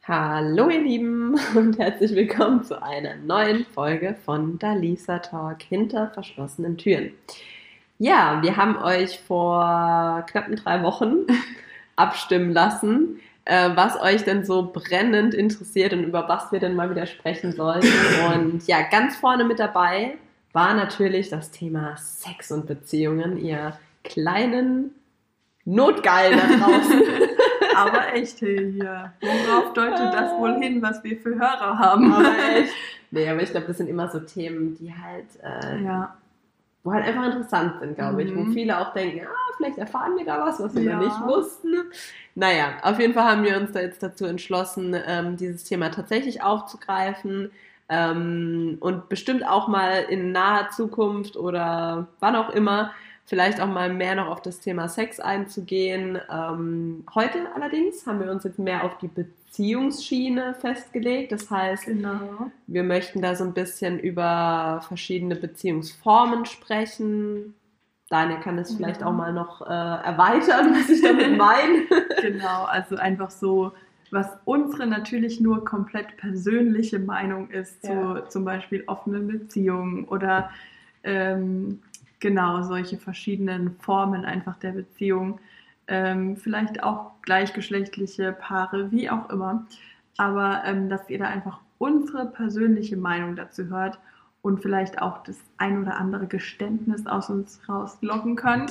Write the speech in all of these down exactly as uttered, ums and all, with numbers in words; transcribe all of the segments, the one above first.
Hallo ihr Lieben und herzlich willkommen zu einer neuen Folge von Dalisa Talk hinter verschlossenen Türen. Ja, wir haben euch vor knappen drei Wochen abstimmen lassen, äh, was euch denn so brennend interessiert und über was wir denn mal wieder sprechen sollten. Und ja, ganz vorne mit dabei war natürlich das Thema Sex und Beziehungen, ihr kleinen Notgeilen da draußen. Aber echt hier. Worauf deutet das wohl hin, was wir für Hörer haben? Aber echt. Nee, aber ich glaube, das sind immer so Themen, die halt, äh, ja. wo halt einfach interessant sind, glaube ich. Mhm. Wo viele auch denken, ah, vielleicht erfahren wir da was, was wir Ja. noch nicht wussten. Naja, auf jeden Fall haben wir uns da jetzt dazu entschlossen, ähm, dieses Thema tatsächlich aufzugreifen. Ähm, und bestimmt auch mal in naher Zukunft oder wann auch immer vielleicht auch mal mehr noch auf das Thema Sex einzugehen. Ähm, heute allerdings haben wir uns jetzt mehr auf die Beziehungsschiene festgelegt. Das heißt, Genau. wir möchten da so ein bisschen über verschiedene Beziehungsformen sprechen. Daniel kann das vielleicht Ja. auch mal noch äh, erweitern, was ich damit meine. Genau, also einfach so, was unsere natürlich nur komplett persönliche Meinung ist, Ja. zu zum Beispiel offenen Beziehungen oder ähm, genau, solche verschiedenen Formen einfach der Beziehung. Ähm, vielleicht auch gleichgeschlechtliche Paare, wie auch immer. Aber ähm, dass ihr da einfach unsere persönliche Meinung dazu hört und vielleicht auch das ein oder andere Geständnis aus uns rauslocken könnt.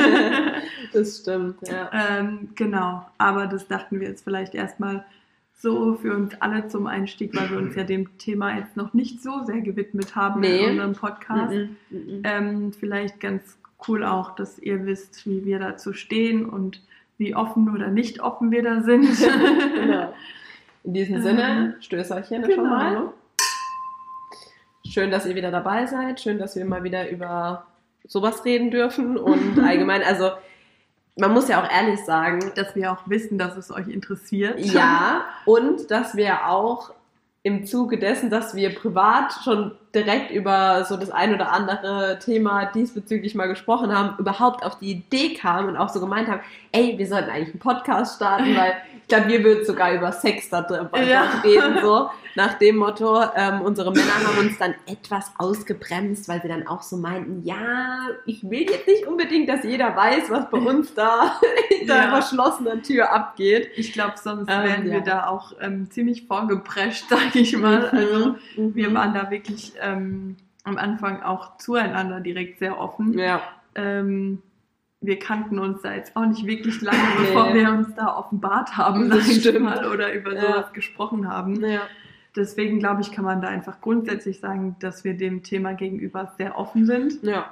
Das stimmt, ja. ähm, genau, aber das dachten wir jetzt vielleicht erstmal so für uns alle zum Einstieg, weil wir uns ja dem Thema jetzt noch nicht so sehr gewidmet haben Nee. in unserem Podcast. Mm-mm, mm-mm. Ähm, vielleicht ganz cool auch, dass ihr wisst, wie wir dazu stehen und wie offen oder nicht offen wir da sind. Genau. In diesem Sinne, Stößerchen Genau. schon mal. Schön, dass ihr wieder dabei seid. Schön, dass wir mal wieder über sowas reden dürfen. Und allgemein, also man muss ja auch ehrlich sagen, Dass wir auch wissen, dass es euch interessiert. ja, und dass wir auch im Zuge dessen, dass wir privat schon direkt über so das ein oder andere Thema diesbezüglich mal gesprochen haben, überhaupt auf die Idee kamen und auch so gemeint haben, ey, wir sollten eigentlich einen Podcast starten, weil ich glaube, wir würden sogar über Sex da drin Ja. reden, so nach dem Motto. Ähm, unsere Männer haben uns dann etwas ausgebremst, weil sie dann auch so meinten, ja, ich will jetzt nicht unbedingt, dass jeder weiß, was bei uns da hinter Ja. verschlossener Tür abgeht. Ich glaube, sonst Ähm, wären ja. wir da auch ähm, ziemlich vorgeprescht, sage ich mal. Also Mhm. wir waren da wirklich ähm, am Anfang auch zueinander direkt sehr offen. Ja. Ähm, wir kannten uns da jetzt auch nicht wirklich lange, Nee. bevor wir uns da offenbart haben, Das sag ich stimmt. mal, oder über Ja. sowas gesprochen haben. Ja. Deswegen glaube ich, kann man da einfach grundsätzlich sagen, dass wir dem Thema gegenüber sehr offen sind. Ja.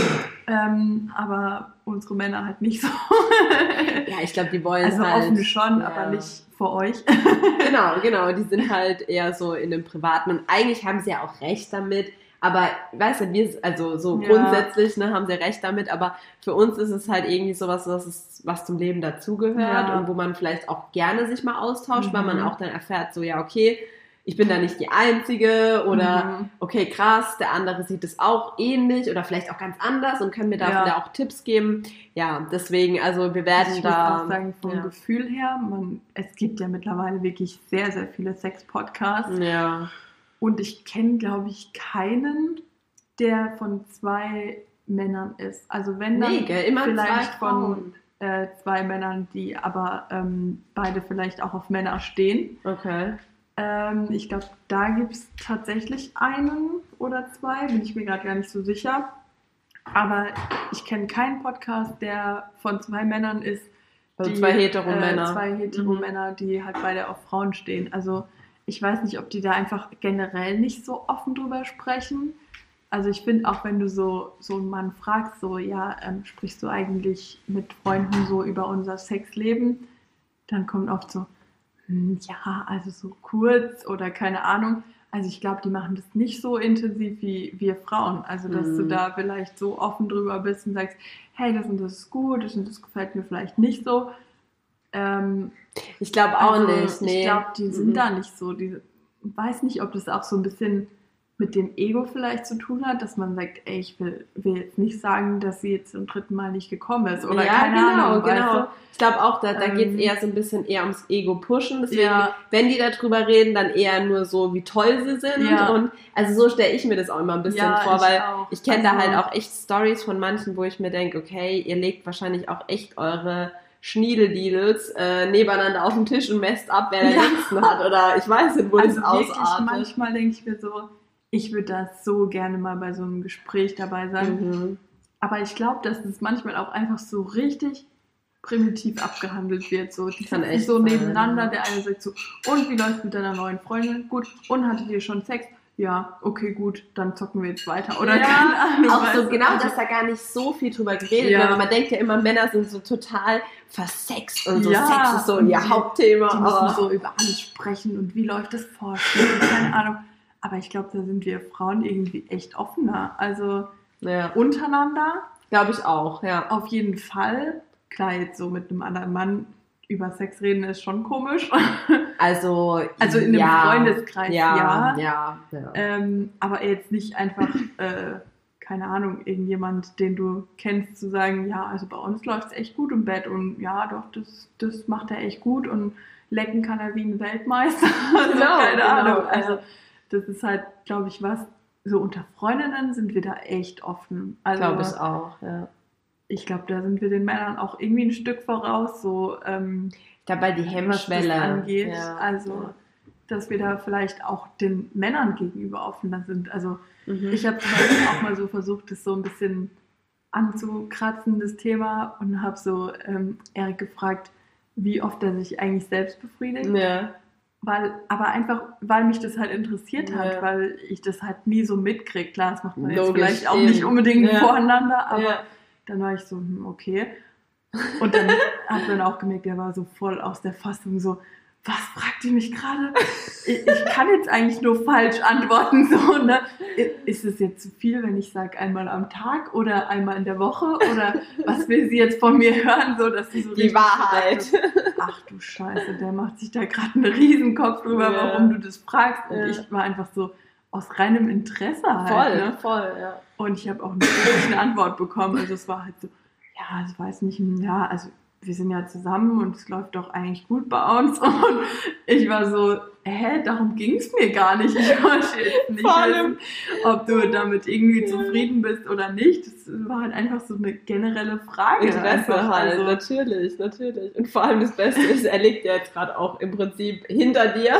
Ähm, aber unsere Männer halt nicht so. Ja, ich glaube, die wollen Also halt... offen schon, ja. aber nicht vor euch. Genau, genau. Die sind halt eher so in dem Privaten. Und eigentlich haben sie ja auch recht damit. Aber, weißt du, wir, also so Ja. grundsätzlich ne, haben sie recht damit. Aber für uns ist es halt irgendwie sowas, was, es, was zum Leben dazugehört. Ja. Und wo man vielleicht auch gerne sich mal austauscht, weil man Mhm. auch dann erfährt, so, ja, okay, ich bin da nicht die Einzige. Oder, Mhm. okay, krass, der andere sieht es auch ähnlich oder vielleicht auch ganz anders und kann mir da Ja. wieder auch Tipps geben. Ja, deswegen, also wir werden Ich da... muss auch sagen, vom ja. Gefühl her, man, es gibt ja mittlerweile wirklich sehr, sehr viele Sex-Podcasts. Ja. Und ich kenne, glaube ich, keinen, der von zwei Männern ist. Also wenn dann Nee, gell, immer vielleicht zwei Frauen. von äh, zwei Männern, die aber ähm, beide vielleicht auch auf Männer stehen. Okay. Ähm, ich glaube, da gibt es tatsächlich einen oder zwei, bin ich mir gerade gar nicht so sicher. Aber ich kenne keinen Podcast, der von zwei Männern ist. Also zwei Hetero-Männer. Äh, zwei Mhm. Hetero-Männer, die halt beide auf Frauen stehen. Also ich weiß nicht, ob die da einfach generell nicht so offen drüber sprechen. Also ich finde auch, wenn du so, so einen Mann fragst, so, ja, ähm, sprichst du eigentlich mit Freunden so über unser Sexleben? Dann kommt oft so, hm, ja, also so kurz oder keine Ahnung. Also ich glaube, die machen das nicht so intensiv wie wir Frauen. Also dass Mhm. du da vielleicht so offen drüber bist und sagst, hey, das und das ist gut, das und das gefällt mir vielleicht nicht so. Ähm, Ich glaube auch also nicht, nee. Ich glaube, die sind Mhm. da nicht so. Die weiß nicht, ob das auch so ein bisschen mit dem Ego vielleicht zu tun hat, dass man sagt, ey, ich will, will jetzt nicht sagen, dass sie jetzt zum dritten Mal nicht gekommen ist oder ja, keine genau, Ahnung. genau. Weißt du? Ich glaube auch, da, da Ähm, geht es eher so ein bisschen eher ums Ego-Pushen. Deswegen, Ja. wenn die darüber reden, dann eher nur so, wie toll sie sind. Ja. Und also so stelle ich mir das auch immer ein bisschen Ja, vor, ich weil auch. ich kenne da Also- halt auch echt Stories von manchen, wo ich mir denke, okay, ihr legt wahrscheinlich auch echt eure Schniedeldeals äh, nebeneinander auf den Tisch und messt ab, wer den Ja. längsten hat. Oder ich weiß nicht, wo Also das wirklich, ausartet. manchmal denke ich mir so, ich würde da so gerne mal bei so einem Gespräch dabei sein. Mhm. Aber ich glaube, dass es manchmal auch einfach so richtig primitiv abgehandelt wird. So, die Kann sitzen echt so sein, nebeneinander, ja. der eine sagt so, und wie läuft mit deiner neuen Freundin? Gut, und hattet ihr schon Sex? Ja, okay, gut, dann zocken wir jetzt weiter. Oder ja, keine Ahnung. auch weißt so du? genau, Also, dass da gar nicht so viel drüber geredet Ja. wird. Aber man denkt ja immer, Männer sind so total versext und so Ja, Sex ist so und ihr die- Hauptthema. Die müssen Aber so über alles sprechen und wie läuft das Vorspiel und keine Ahnung. Aber ich glaube, da sind wir Frauen irgendwie echt offener. Also ja, untereinander glaube ich auch, ja. auf jeden Fall. Klar, jetzt so mit einem anderen Mann über Sex reden ist schon komisch. Also, Also in einem ja, Freundeskreis, ja. ja. Ja, ja. Ähm, aber jetzt nicht einfach, äh, keine Ahnung, irgendjemand, den du kennst, zu sagen, ja, also bei uns läuft es echt gut im Bett und ja, doch, das, das macht er echt gut und lecken kann er wie ein Weltmeister. Also Genau, keine genau, Ahnung. ja. Also das ist halt, glaube ich, was, so unter Freundinnen sind wir da echt offen. Also Glaube ich auch, ja. ich glaube, da sind wir den Männern auch irgendwie ein Stück voraus, so ähm, Ich glaube, weil die was das Hemmschwelle angeht. Ja, also, ja. dass wir da vielleicht auch den Männern gegenüber offener sind. Also, Mhm. ich habe zum Beispiel auch mal so versucht, das so ein bisschen anzukratzen, das Thema, und habe so ähm, Erik gefragt, wie oft er sich eigentlich selbst befriedigt. ja. Weil, aber einfach, weil mich das halt interessiert hat, Ja. weil ich das halt nie so mitkriege. Klar, das macht man jetzt Logisch, vielleicht auch eben. nicht unbedingt Ja. voreinander, aber Ja. dann war ich so, hm, okay. Und dann habe dann auch gemerkt, der war so voll aus der Fassung, so, was fragt ihr mich gerade? Ich, ich kann jetzt eigentlich nur falsch antworten, so, ne? Ist es jetzt zu viel, wenn ich sage einmal am Tag oder einmal in der Woche? Oder was will sie jetzt von mir hören, so, dass sie so Die richtig Wahrheit. so dachte, ach du Scheiße, der macht sich da gerade einen Riesenkopf drüber, Ja. warum du das fragst. Und Ja. ich war einfach so aus reinem Interesse halt, Voll, ne? voll, ja. Und ich habe auch nicht wirklich eine Antwort bekommen. Also es war halt so, ja, ich weiß nicht, ja, also wir sind ja zusammen und es läuft doch eigentlich gut bei uns. Und ich war so, hä, darum ging es mir gar nicht. Ich wollte jetzt nicht Vor allem- wissen, ob du damit irgendwie Ja. zufrieden bist oder nicht. Das war halt einfach so eine generelle Frage. Interesse einfach. halt, Also, natürlich, natürlich. Und vor allem das Beste ist, er liegt ja jetzt gerade auch im Prinzip hinter dir,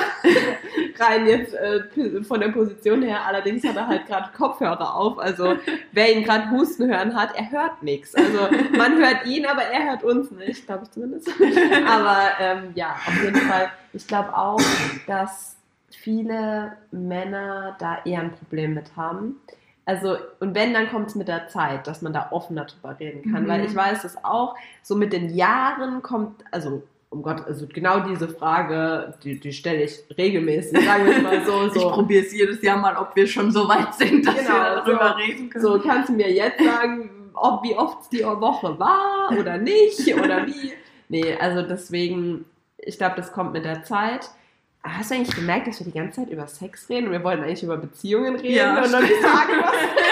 rein jetzt äh, von der Position her. Allerdings hat er halt gerade Kopfhörer auf, also wer ihn gerade husten hören hat, er hört nichts. Also man hört ihn, aber er hört uns nicht, glaube ich zumindest. Aber ähm, ja, auf jeden Fall, ich glaube auch, dass viele Männer da eher ein Problem mit haben. Also, und wenn, dann kommt es mit der Zeit, dass man da offener drüber reden kann. Mhm. Weil ich weiß es auch, so mit den Jahren kommt, also, um Gott, also genau diese Frage, die, die stelle ich regelmäßig, sagen wir mal so. ich so. probiere es jedes Jahr mal, ob wir schon so weit sind, dass Genau, wir darüber so- reden können. So, kannst du mir jetzt sagen, ob, wie oft es die Woche war oder nicht oder wie? Nee, also deswegen, ich glaube, das kommt mit der Zeit. Aber hast du eigentlich gemerkt, dass wir die ganze Zeit über Sex reden? Wir wollten eigentlich über Beziehungen reden Ja, und dann stimmt. sagen, was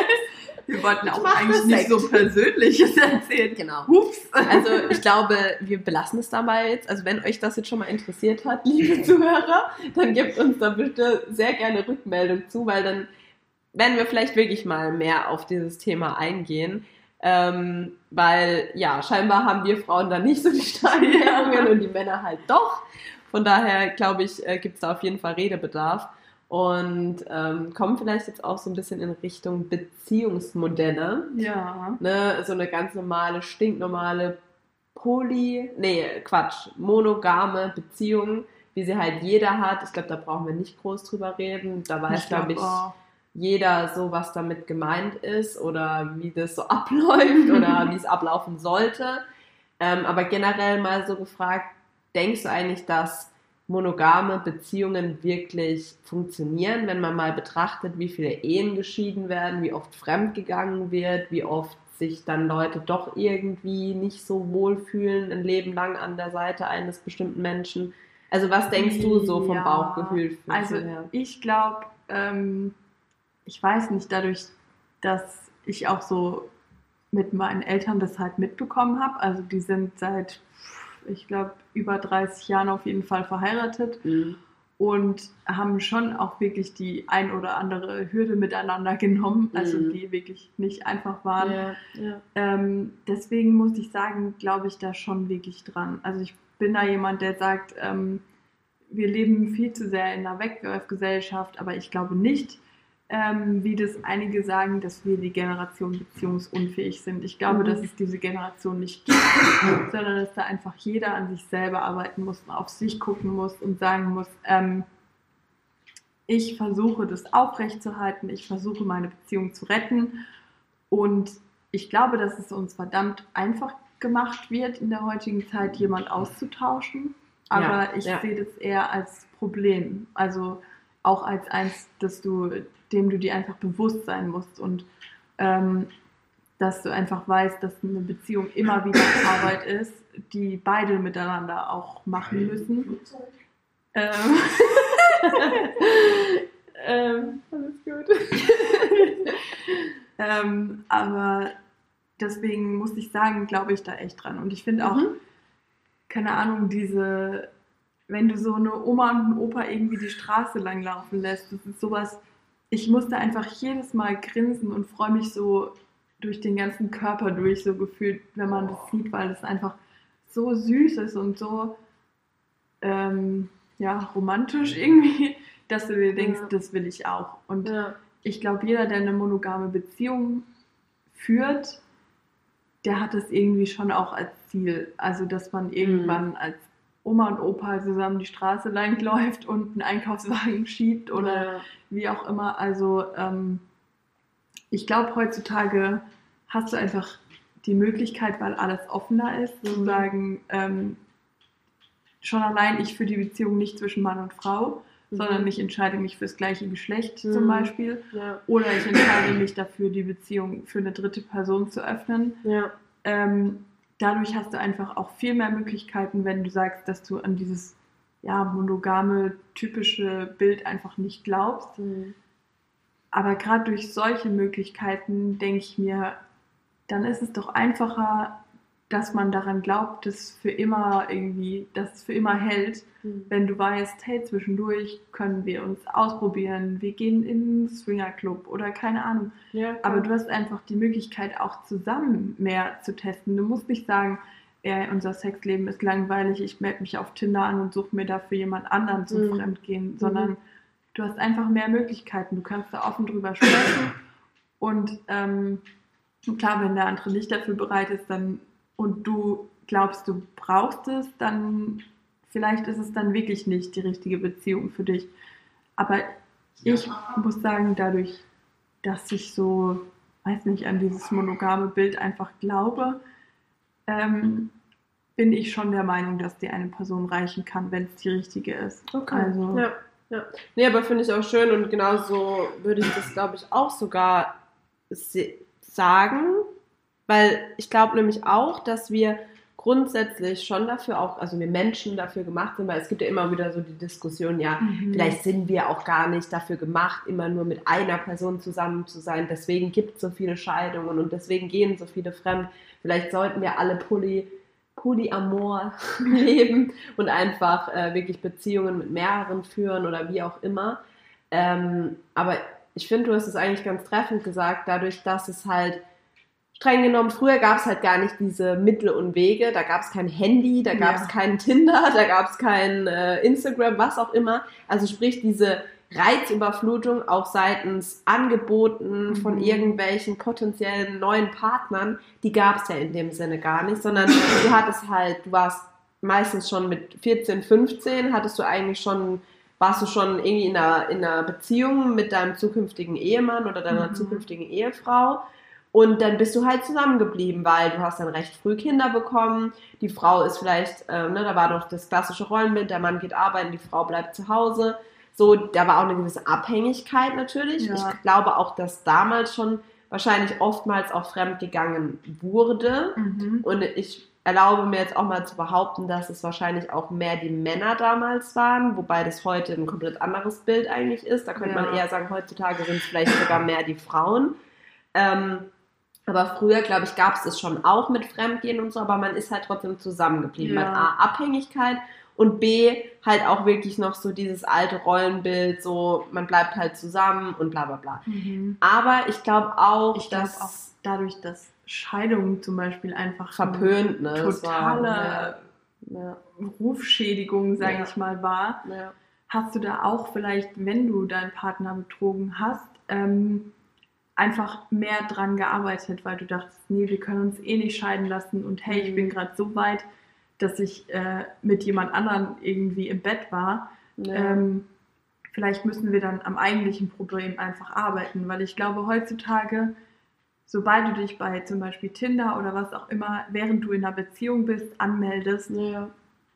Wir wollten auch mach eigentlich das nicht Sekt. so Persönliches erzählen. Genau. Ups. Also ich glaube, wir belassen es dabei jetzt. Also wenn euch das jetzt schon mal interessiert hat, liebe Zuhörer, dann gebt uns da bitte sehr gerne Rückmeldung zu, weil dann werden wir vielleicht wirklich mal mehr auf dieses Thema eingehen. Ähm, weil ja, scheinbar haben wir Frauen da nicht so die starken Ja. Hemmungen und die Männer halt doch. Von daher glaube ich, äh, gibt es da auf jeden Fall Redebedarf. Und ähm, kommen vielleicht jetzt auch so ein bisschen in Richtung Beziehungsmodelle. Ja. Ne, so eine ganz normale, stinknormale Poly, nee, Quatsch, monogame Beziehung, wie sie halt jeder hat. Ich glaube, da brauchen wir nicht groß drüber reden. Da weiß, glaube ich, auch. jeder so, was damit gemeint ist oder wie das so abläuft oder wie es ablaufen sollte. Ähm, aber generell mal so gefragt, denkst du eigentlich, dass monogame Beziehungen wirklich funktionieren, wenn man mal betrachtet, wie viele Ehen geschieden werden, wie oft fremdgegangen wird, wie oft sich dann Leute doch irgendwie nicht so wohlfühlen, ein Leben lang an der Seite eines bestimmten Menschen. Also was denkst du so vom Ja, Bauchgefühl Also her? ich glaube, ähm, ich weiß nicht, dadurch, dass ich auch so mit meinen Eltern das halt mitbekommen habe, also die sind seit, ich glaube, über dreißig Jahren auf jeden Fall verheiratet. Mhm. Und haben schon auch wirklich die ein oder andere Hürde miteinander genommen, also Mhm. die wirklich nicht einfach waren. Ja, ja. Ähm, deswegen muss ich sagen, glaube ich da schon wirklich dran. Also ich bin da jemand, der sagt, ähm, wir leben viel zu sehr in einer Wegwerfgesellschaft, aber ich glaube nicht, ähm, wie das einige sagen, dass wir die Generation beziehungsunfähig sind. Ich glaube, Mhm. dass es diese Generation nicht gibt, sondern dass da einfach jeder an sich selber arbeiten muss, auf sich gucken muss und sagen muss, ähm, ich versuche das aufrechtzuerhalten, ich versuche meine Beziehung zu retten und ich glaube, dass es uns verdammt einfach gemacht wird, in der heutigen Zeit jemand auszutauschen, aber Ja, ich ja. sehe das eher als Problem, also auch als eins, dass du, dem du dir einfach bewusst sein musst und ähm, dass du einfach weißt, dass eine Beziehung immer wieder Arbeit ist, die beide miteinander auch machen müssen. Ähm, ähm, alles gut. ähm, aber deswegen muss ich sagen, glaube ich da echt dran. Und ich finde auch, Mhm. keine Ahnung, diese, wenn du so eine Oma und einen Opa irgendwie die Straße lang laufen lässt, das ist sowas, ich musste einfach jedes Mal grinsen und freue mich so durch den ganzen Körper durch, so gefühlt, wenn man das sieht, weil es einfach so süß ist und so ähm, ja, romantisch irgendwie, dass du dir denkst, Ja. das will ich auch. Und Ja. ich glaube, jeder, der eine monogame Beziehung führt, der hat das irgendwie schon auch als Ziel. Also, dass man irgendwann Mhm. als Oma und Opa zusammen die Straße lang läuft und einen Einkaufswagen schiebt oder Ja. wie auch immer. Also, ähm, ich glaube, heutzutage hast du einfach die Möglichkeit, weil alles offener ist, Mhm. zu sagen, ähm, schon allein ich für die Beziehung nicht zwischen Mann und Frau, Mhm. sondern ich entscheide mich fürs gleiche Geschlecht Mhm. zum Beispiel. Ja. Oder ich entscheide mich dafür, die Beziehung für eine dritte Person zu öffnen. Ja. Ähm, dadurch hast du einfach auch viel mehr Möglichkeiten, wenn du sagst, dass du an dieses ja, monogame, typische Bild einfach nicht glaubst. Mhm. Aber gerade durch solche Möglichkeiten denke ich mir, dann ist es doch einfacher, dass man daran glaubt, dass für immer irgendwie, dass es für immer hält, Mhm. wenn du weißt, hey, zwischendurch können wir uns ausprobieren, wir gehen in einen Swingerclub oder keine Ahnung. Ja, Aber du hast einfach die Möglichkeit, auch zusammen mehr zu testen. Du musst nicht sagen, ja, unser Sexleben ist langweilig, ich melde mich auf Tinder an und suche mir dafür jemand anderen zum Mhm. Fremdgehen, sondern mhm. du hast einfach mehr Möglichkeiten. Du kannst da offen drüber sprechen und ähm, klar, wenn der andere nicht dafür bereit ist, dann und du glaubst, du brauchst es, dann vielleicht ist es dann wirklich nicht die richtige Beziehung für dich. Aber ich muss sagen, dadurch, dass ich so, weiß nicht, an dieses monogame Bild einfach glaube, ähm, bin ich schon der Meinung, dass dir eine Person reichen kann, wenn es die richtige ist. Okay. Also, Ja, ja. Nee, aber finde ich auch schön und genauso würde ich das, glaube ich, auch sogar se- sagen, weil ich glaube nämlich auch, dass wir grundsätzlich schon dafür auch, also wir Menschen dafür gemacht sind, weil es gibt ja immer wieder so die Diskussion, ja, mhm. vielleicht sind wir auch gar nicht dafür gemacht, immer nur mit einer Person zusammen zu sein, deswegen gibt es so viele Scheidungen und deswegen gehen so viele fremd, vielleicht sollten wir alle Poly, Polyamor leben und einfach äh, wirklich Beziehungen mit mehreren führen oder wie auch immer, ähm, aber ich finde, du hast es eigentlich ganz treffend gesagt, dadurch, dass es halt streng genommen, früher gab es halt gar nicht diese Mittel und Wege, da gab es kein Handy, da gab es Ja. kein Tinder, da gab es kein äh, Instagram, was auch immer. Also sprich diese Reizüberflutung auch seitens Angeboten Mhm. von irgendwelchen potenziellen neuen Partnern, die gab es ja in dem Sinne gar nicht, sondern du hattest halt, du warst meistens schon mit vierzehn, fünfzehn, hattest du eigentlich schon, warst du schon irgendwie in einer, in einer Beziehung mit deinem zukünftigen Ehemann oder deiner Mhm. zukünftigen Ehefrau. Und dann bist du halt zusammengeblieben, weil du hast dann recht früh Kinder bekommen. Die Frau ist vielleicht, ähm, ne, da war doch das klassische Rollenbild, der Mann geht arbeiten, die Frau bleibt zu Hause. So, da war auch eine gewisse Abhängigkeit natürlich. Ja. Ich glaube auch, dass damals schon wahrscheinlich oftmals auch fremd gegangen wurde. Mhm. Und ich erlaube mir jetzt auch mal zu behaupten, dass es wahrscheinlich auch mehr die Männer damals waren, wobei das heute ein komplett anderes Bild eigentlich ist. Da könnte ja. man eher sagen, heutzutage sind es vielleicht sogar mehr die Frauen. Ähm, aber früher, glaube ich, gab es es schon auch mit Fremdgehen und so, aber man ist halt trotzdem zusammengeblieben. Ja. Man hat A, Abhängigkeit und B, halt auch wirklich noch so dieses alte Rollenbild, so man bleibt halt zusammen und bla bla bla. Mhm. Aber ich glaube auch, ich dass... Glaub auch dadurch, dass Scheidung zum Beispiel einfach verpönt, ne? totale war, ja. Ja. Rufschädigung, sage ja. ich mal, war. Ja. Hast du da auch vielleicht, wenn du deinen Partner betrogen hast, ähm, einfach mehr dran gearbeitet, weil du dachtest, nee, wir können uns eh nicht scheiden lassen und hey, mhm. ich bin gerade so weit, dass ich äh, mit jemand anderem irgendwie im Bett war. Ja. Ähm, vielleicht müssen wir dann am eigentlichen Problem einfach arbeiten, weil ich glaube, heutzutage, sobald du dich bei zum Beispiel Tinder oder was auch immer, während du in einer Beziehung bist, anmeldest, ja.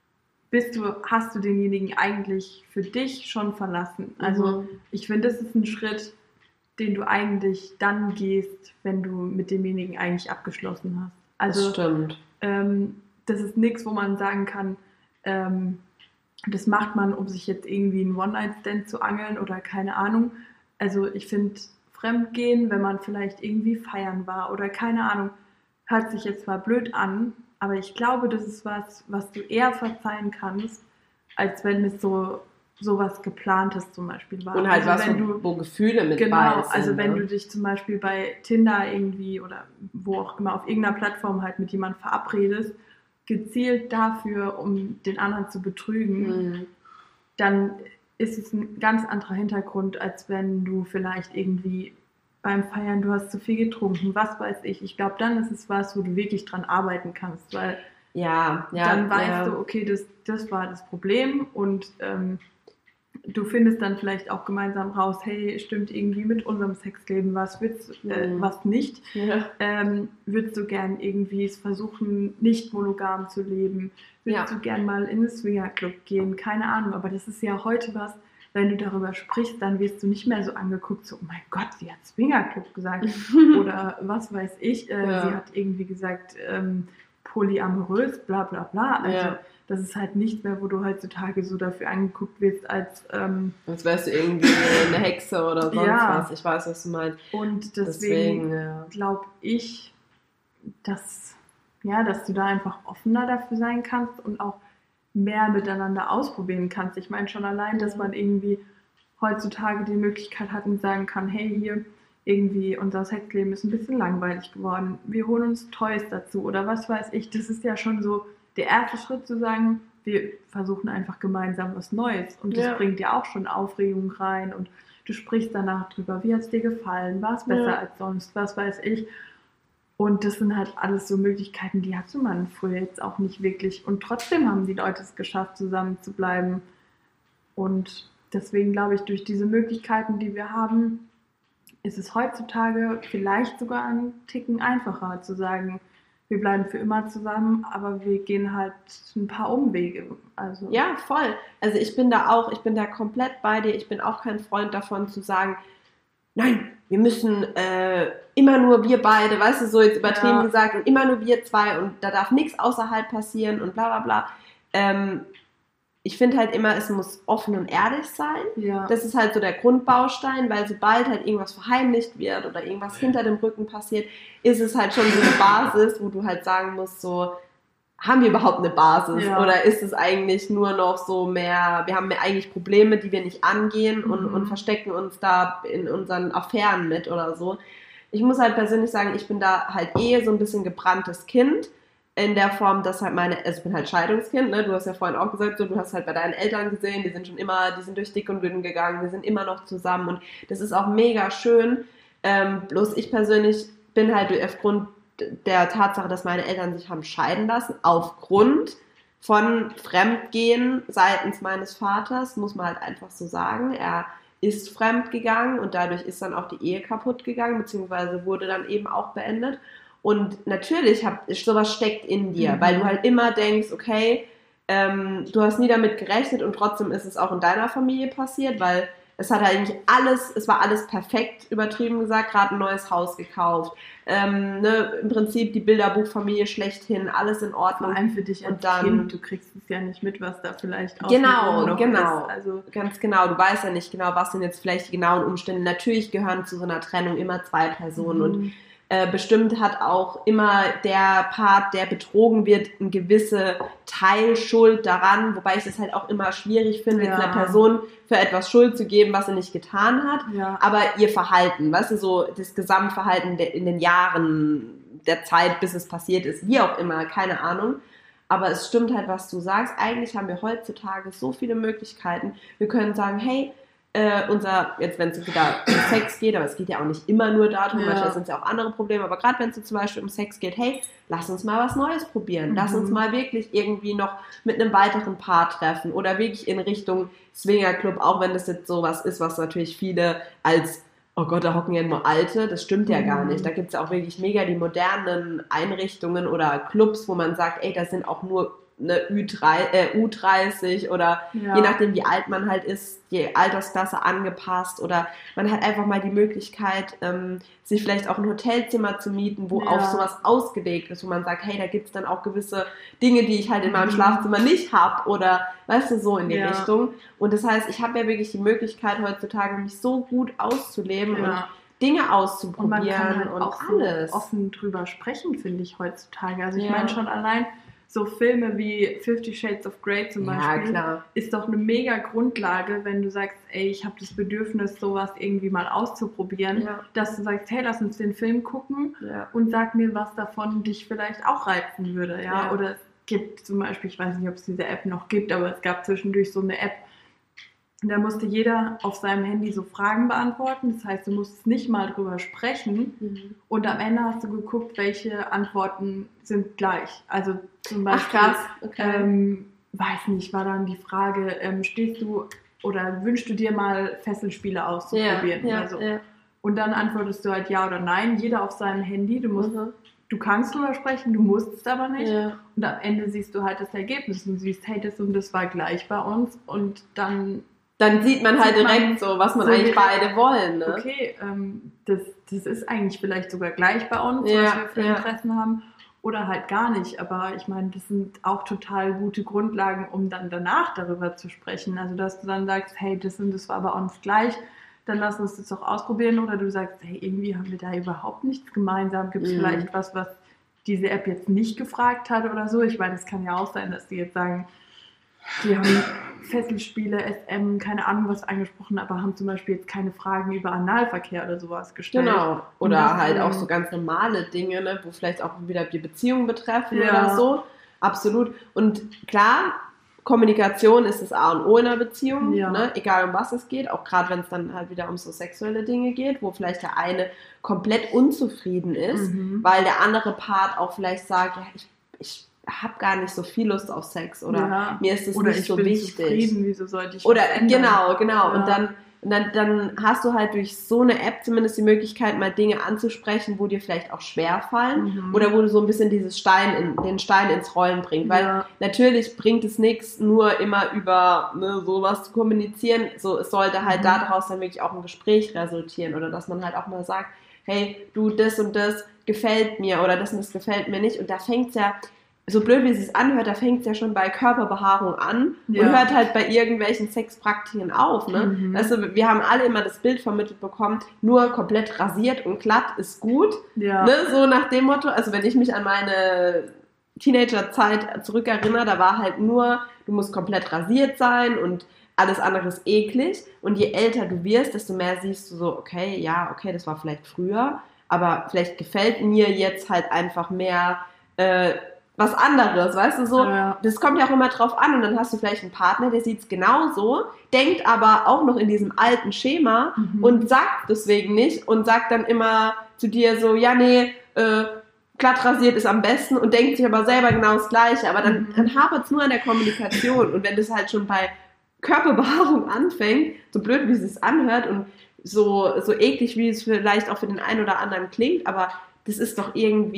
bist du, hast du denjenigen eigentlich für dich schon verlassen. Also mhm. ich finde, das ist ein Schritt, den du eigentlich dann gehst, wenn du mit demjenigen eigentlich abgeschlossen hast. Also, das stimmt. Ähm, das ist nichts, wo man sagen kann, ähm, das macht man, um sich jetzt irgendwie einen One-Night-Stand zu angeln oder keine Ahnung. Also ich finde, Fremdgehen, wenn man vielleicht irgendwie feiern war oder keine Ahnung, hört sich jetzt zwar blöd an, aber ich glaube, das ist was, was du eher verzeihen kannst, als wenn es so sowas Geplantes zum Beispiel war. Und halt also was, wenn du, wo Gefühle mit genau, bei sind. Also wenn ne? du dich zum Beispiel bei Tinder irgendwie oder wo auch immer auf irgendeiner Plattform halt mit jemandem verabredest, gezielt dafür, um den anderen zu betrügen, mhm. dann ist es ein ganz anderer Hintergrund, als wenn du vielleicht irgendwie beim Feiern, du hast zu viel getrunken, was weiß ich. Ich glaube, dann ist es was, wo du wirklich dran arbeiten kannst, weil ja, ja, dann weißt ja. du, okay, das, das war das Problem und ähm, du findest dann vielleicht auch gemeinsam raus, hey, stimmt irgendwie mit unserem Sexleben was, willst, äh, mhm. was nicht. Ja. Ähm, würdest du gern irgendwie es versuchen, nicht monogam zu leben? Würdest ja. du gern mal in den Swingerclub gehen? Keine Ahnung, aber das ist ja heute was, wenn du darüber sprichst, dann wirst du nicht mehr so angeguckt, so, oh mein Gott, sie hat Swingerclub gesagt. Oder was weiß ich, äh, ja. sie hat irgendwie gesagt, ähm, polyamorös, bla bla bla. Also ja. das ist halt nicht mehr, wo du heutzutage so dafür angeguckt wirst, als ähm, als wärst du irgendwie eine Hexe oder sonst ja. was. Ich weiß, was du meinst. Und deswegen, deswegen ja. glaube ich, dass, ja, dass du da einfach offener dafür sein kannst und auch mehr miteinander ausprobieren kannst. Ich meine schon allein, dass man irgendwie heutzutage die Möglichkeit hat und sagen kann, hey, hier, irgendwie unser Sexleben ist ein bisschen langweilig geworden, wir holen uns Toys dazu oder was weiß ich. Das ist ja schon so der erste Schritt zu sagen, wir versuchen einfach gemeinsam was Neues und das ja. bringt ja auch schon Aufregung rein und du sprichst danach drüber, wie hat es dir gefallen, war es besser ja. als sonst, was weiß ich. Und das sind halt alles so Möglichkeiten, die hatte man früher jetzt auch nicht wirklich. Und trotzdem haben die Leute es geschafft, zusammen zu bleiben. Und deswegen glaube ich, durch diese Möglichkeiten, die wir haben, ist es heutzutage vielleicht sogar einen Ticken einfacher zu sagen, wir bleiben für immer zusammen, aber wir gehen halt ein paar Umwege. Also ja, voll. Also ich bin da auch, ich bin da komplett bei dir. Ich bin auch kein Freund davon zu sagen, nein, wir müssen äh, immer nur wir beide, weißt du, so jetzt übertrieben ja. gesagt, und immer nur wir zwei und da darf nichts außerhalb passieren und bla bla bla. Ähm, ich finde halt immer, es muss offen und ehrlich sein. Ja. Das ist halt so der Grundbaustein, weil sobald halt irgendwas verheimlicht wird oder irgendwas hinter dem Rücken passiert, ist es halt schon so eine Basis, wo du halt sagen musst, so, haben wir überhaupt eine Basis? Ja. Oder ist es eigentlich nur noch so mehr, wir haben eigentlich Probleme, die wir nicht angehen und, mhm. und verstecken uns da in unseren Affären mit oder so. Ich muss halt persönlich sagen, ich bin da halt eh so ein bisschen gebranntes Kind, in der Form, dass halt meine, also ich bin halt Scheidungskind, ne? Du hast ja vorhin auch gesagt, so, du hast halt bei deinen Eltern gesehen, die sind schon immer, die sind durch dick und dünn gegangen, wir sind immer noch zusammen und das ist auch mega schön. Ähm, bloß ich persönlich bin halt aufgrund der Tatsache, dass meine Eltern sich haben scheiden lassen, aufgrund von Fremdgehen seitens meines Vaters, muss man halt einfach so sagen. Er ist fremd gegangen und dadurch ist dann auch die Ehe kaputt gegangen, beziehungsweise wurde dann eben auch beendet. Und natürlich, hab, sowas steckt in dir, mhm. weil du halt immer denkst, okay, ähm, du hast nie damit gerechnet und trotzdem ist es auch in deiner Familie passiert, weil es hat eigentlich alles, es war alles perfekt, übertrieben gesagt, gerade ein neues Haus gekauft, ähm, ne, im Prinzip die Bilderbuchfamilie schlechthin, alles in Ordnung. Vor allem für dich als und dann, Kind, du kriegst es ja nicht mit, was da vielleicht auch genau, noch genau, ist. Also ganz genau, du weißt ja nicht genau, was sind jetzt vielleicht die genauen Umstände. Natürlich gehören zu so einer Trennung immer zwei Personen mhm. und Äh, bestimmt hat auch immer der Part, der betrogen wird, eine gewisse Teilschuld daran, wobei ich das halt auch immer schwierig finde, ja. jetzt einer Person für etwas Schuld zu geben, was sie nicht getan hat, ja. aber ihr Verhalten, weißt du, so das Gesamtverhalten de- in den Jahren der Zeit, bis es passiert ist, wie auch immer, keine Ahnung. Aber es stimmt halt, was du sagst. Eigentlich haben wir heutzutage so viele Möglichkeiten. Wir können sagen, hey, Äh, unser, jetzt wenn es wieder um Sex geht, aber es geht ja auch nicht immer nur darum, ja. manchmal sind es ja auch andere Probleme, aber gerade wenn es zum Beispiel um Sex geht, hey, lass uns mal was Neues probieren, mhm. lass uns mal wirklich irgendwie noch mit einem weiteren Paar treffen oder wirklich in Richtung Swingerclub, auch wenn das jetzt sowas ist, was natürlich viele als, oh Gott, da hocken ja nur Alte, das stimmt ja mhm. gar nicht, da gibt es ja auch wirklich mega die modernen Einrichtungen oder Clubs, wo man sagt, ey, da sind auch nur eine Ü dreißig oder ja. je nachdem, wie alt man halt ist, die Altersklasse angepasst oder man hat einfach mal die Möglichkeit, ähm, sich vielleicht auch ein Hotelzimmer zu mieten, wo ja. auf sowas ausgelegt ist, wo man sagt, hey, da gibt es dann auch gewisse Dinge, die ich halt in meinem mhm. Schlafzimmer nicht habe oder, weißt du, so in die ja. Richtung. Und das heißt, ich habe ja wirklich die Möglichkeit heutzutage, mich so gut auszuleben ja. und Dinge auszuprobieren und, man kann halt und auch alles. So offen drüber sprechen, finde ich heutzutage. Also ich ja. meine schon allein so Filme wie Fifty Shades of Grey zum Beispiel, ja, ist doch eine mega Grundlage, wenn du sagst, ey, ich habe das Bedürfnis, sowas irgendwie mal auszuprobieren, ja. dass du sagst, hey, lass uns den Film gucken ja. und sag mir, was davon dich vielleicht auch reizen würde. Ja? Ja. Oder es gibt zum Beispiel, ich weiß nicht, ob es diese App noch gibt, aber es gab zwischendurch so eine App, da musste jeder auf seinem Handy so Fragen beantworten. Das heißt, du musstest nicht mal drüber sprechen. Mhm. Und am Ende hast du geguckt, welche Antworten sind gleich. Also zum Beispiel, Ach, krass. Okay. Ähm, weiß nicht, war dann die Frage, ähm, stehst du oder wünschst du dir mal Fesselspiele auszuprobieren? Ja, ja, oder so. ja. Und dann antwortest du halt ja oder nein, jeder auf seinem Handy. Du musst, mhm. du kannst drüber sprechen, du musst es aber nicht. Ja. Und am Ende siehst du halt das Ergebnis und siehst, hey, das und das war gleich bei uns. Und dann Dann sieht man halt sieht direkt man so, was man so eigentlich direkt, beide wollen. Ne? Okay, ähm, das, das ist eigentlich vielleicht sogar gleich bei uns, ja, was wir für ja. Interessen haben. Oder halt gar nicht. Aber ich meine, das sind auch total gute Grundlagen, um dann danach darüber zu sprechen. Also, dass du dann sagst, hey, das und das war bei uns gleich, dann lass uns das doch ausprobieren. Oder du sagst, hey, irgendwie haben wir da überhaupt nichts gemeinsam. Gibt es mhm. vielleicht was, was diese App jetzt nicht gefragt hat oder so? Ich meine, es kann ja auch sein, dass die jetzt sagen, die haben Fesselspiele, S M, keine Ahnung was angesprochen, aber haben zum Beispiel jetzt keine Fragen über Analverkehr oder sowas gestellt. Genau. Oder halt auch so ganz normale Dinge, ne, wo vielleicht auch wieder die Beziehung betreffen ja. oder so. Absolut. Und klar, Kommunikation ist das A und O in einer Beziehung, ja. ne, egal um was es geht, auch gerade wenn es dann halt wieder um so sexuelle Dinge geht, wo vielleicht der eine komplett unzufrieden ist, mhm. weil der andere Part auch vielleicht sagt, ja, ich, ich habe gar nicht so viel Lust auf Sex oder ja. mir ist es oder nicht so wichtig. Oder ich bin zufrieden, wieso sollte ich Oder was ändern? genau, genau. Ja. Und dann, und dann, dann hast du halt durch so eine App zumindest die Möglichkeit, mal Dinge anzusprechen, wo dir vielleicht auch schwer fallen mhm. oder wo du so ein bisschen dieses Stein in, den Stein ins Rollen bringst. Weil ja. natürlich bringt es nichts, nur immer über ne, sowas zu kommunizieren. So, es sollte halt mhm. daraus dann wirklich auch ein Gespräch resultieren oder dass man halt auch mal sagt, hey, du, das und das gefällt mir oder das und das gefällt mir nicht. Und da fängt es ja, so blöd wie es sich anhört, da fängt es ja schon bei Körperbehaarung an ja. und hört halt bei irgendwelchen Sexpraktiken auf. Ne? Mhm. Weißt du, wir haben alle immer das Bild vermittelt bekommen, nur komplett rasiert und glatt ist gut. Ja. Ne? So nach dem Motto, also wenn ich mich an meine Teenagerzeit zurückerinnere, da war halt nur, du musst komplett rasiert sein und alles andere ist eklig. Und je älter du wirst, desto mehr siehst du so, okay, ja, okay, das war vielleicht früher, aber vielleicht gefällt mir jetzt halt einfach mehr äh, was anderes, weißt du, so, ja. das kommt ja auch immer drauf an und dann hast du vielleicht einen Partner, der sieht es genauso, denkt aber auch noch in diesem alten Schema mhm. und sagt deswegen nicht und sagt dann immer zu dir so, ja, nee, äh, glatt rasiert ist am besten und denkt sich aber selber genau das Gleiche, aber dann, mhm. dann hapert es nur an der Kommunikation und wenn das halt schon bei Körperbehaarung anfängt, so blöd wie es sich anhört und so, so eklig wie es vielleicht auch für den einen oder anderen klingt, aber das ist doch irgendwie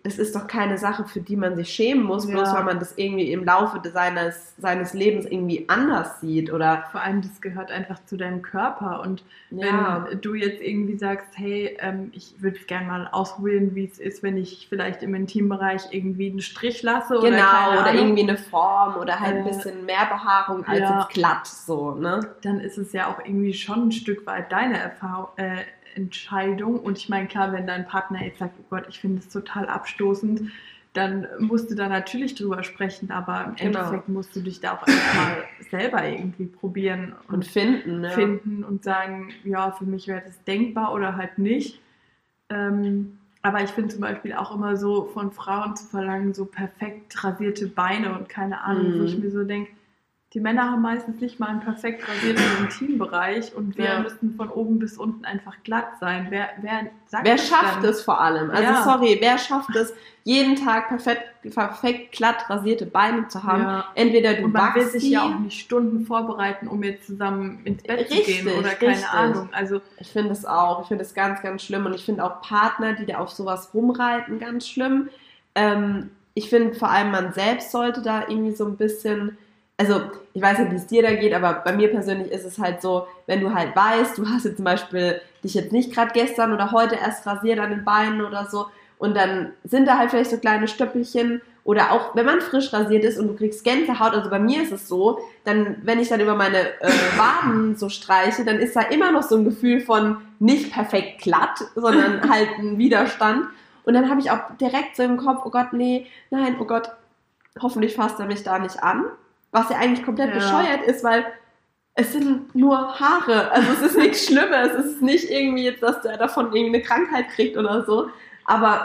das ist doch keine Sache, für die man sich schämen muss, Ja. bloß weil man das irgendwie im Laufe des, seines, seines Lebens irgendwie anders sieht. Oder Vor allem, das gehört einfach zu deinem Körper. Und Ja. wenn du jetzt irgendwie sagst, hey, ähm, ich würde gerne mal ausprobieren, wie es ist, wenn ich vielleicht im Intimbereich irgendwie einen Strich lasse oder genau, keine oder Ahnung, irgendwie eine Form oder halt ein Äh, bisschen mehr Behaarung als ja. jetzt glatt, so, ne? dann ist es ja auch irgendwie schon ein Stück weit deine Erfahrung, äh, Entscheidung. Und ich meine, klar, wenn dein Partner jetzt sagt, oh Gott, ich finde es total abstoßend, dann musst du da natürlich drüber sprechen, aber im Genau. Endeffekt musst du dich da auch erstmal selber irgendwie probieren Und und finden, ja. finden und sagen, ja, für mich wäre das denkbar oder halt nicht. Ähm, aber ich finde zum Beispiel auch immer so von Frauen zu verlangen, so perfekt rasierte Beine und keine Ahnung, Mhm. wo ich mir so denke, die Männer haben meistens nicht mal einen perfekt rasierten Intimbereich und wir Ja. müssen von oben bis unten einfach glatt sein. Wer, wer sagt Wer das schafft dann? es vor allem? Also Ja. sorry, wer schafft es, jeden Tag perfekt, perfekt glatt rasierte Beine zu haben? Ja. Entweder du Und man will wachst sich die, ja auch nicht Stunden vorbereiten, um jetzt zusammen ins Bett zu Richtig, gehen oder keine richtig. Ahnung. Also Ich finde es auch. Ich finde es ganz, ganz schlimm. Und ich finde auch Partner, die da auf sowas rumreiten, ganz schlimm. Ähm, ich finde vor allem, man selbst sollte da irgendwie so ein bisschen, also ich weiß nicht, wie es dir da geht, aber bei mir persönlich ist es halt so, wenn du halt weißt, du hast jetzt zum Beispiel dich jetzt nicht gerade gestern oder heute erst rasiert an den Beinen oder so und dann sind da halt vielleicht so kleine Stöppelchen oder auch, wenn man frisch rasiert ist und du kriegst Gänsehaut, also bei mir ist es so, dann, wenn ich dann über meine äh, Waden so streiche, dann ist da immer noch so ein Gefühl von nicht perfekt glatt, sondern halt ein Widerstand. Und dann habe ich auch direkt so im Kopf, oh Gott, nee, nein, oh Gott, hoffentlich fasst er mich da nicht an. Was ja eigentlich komplett Ja. bescheuert ist, weil es sind nur Haare. Also es ist nichts Schlimmes. Es ist nicht irgendwie jetzt, dass der davon irgendwie eine Krankheit kriegt oder so. Aber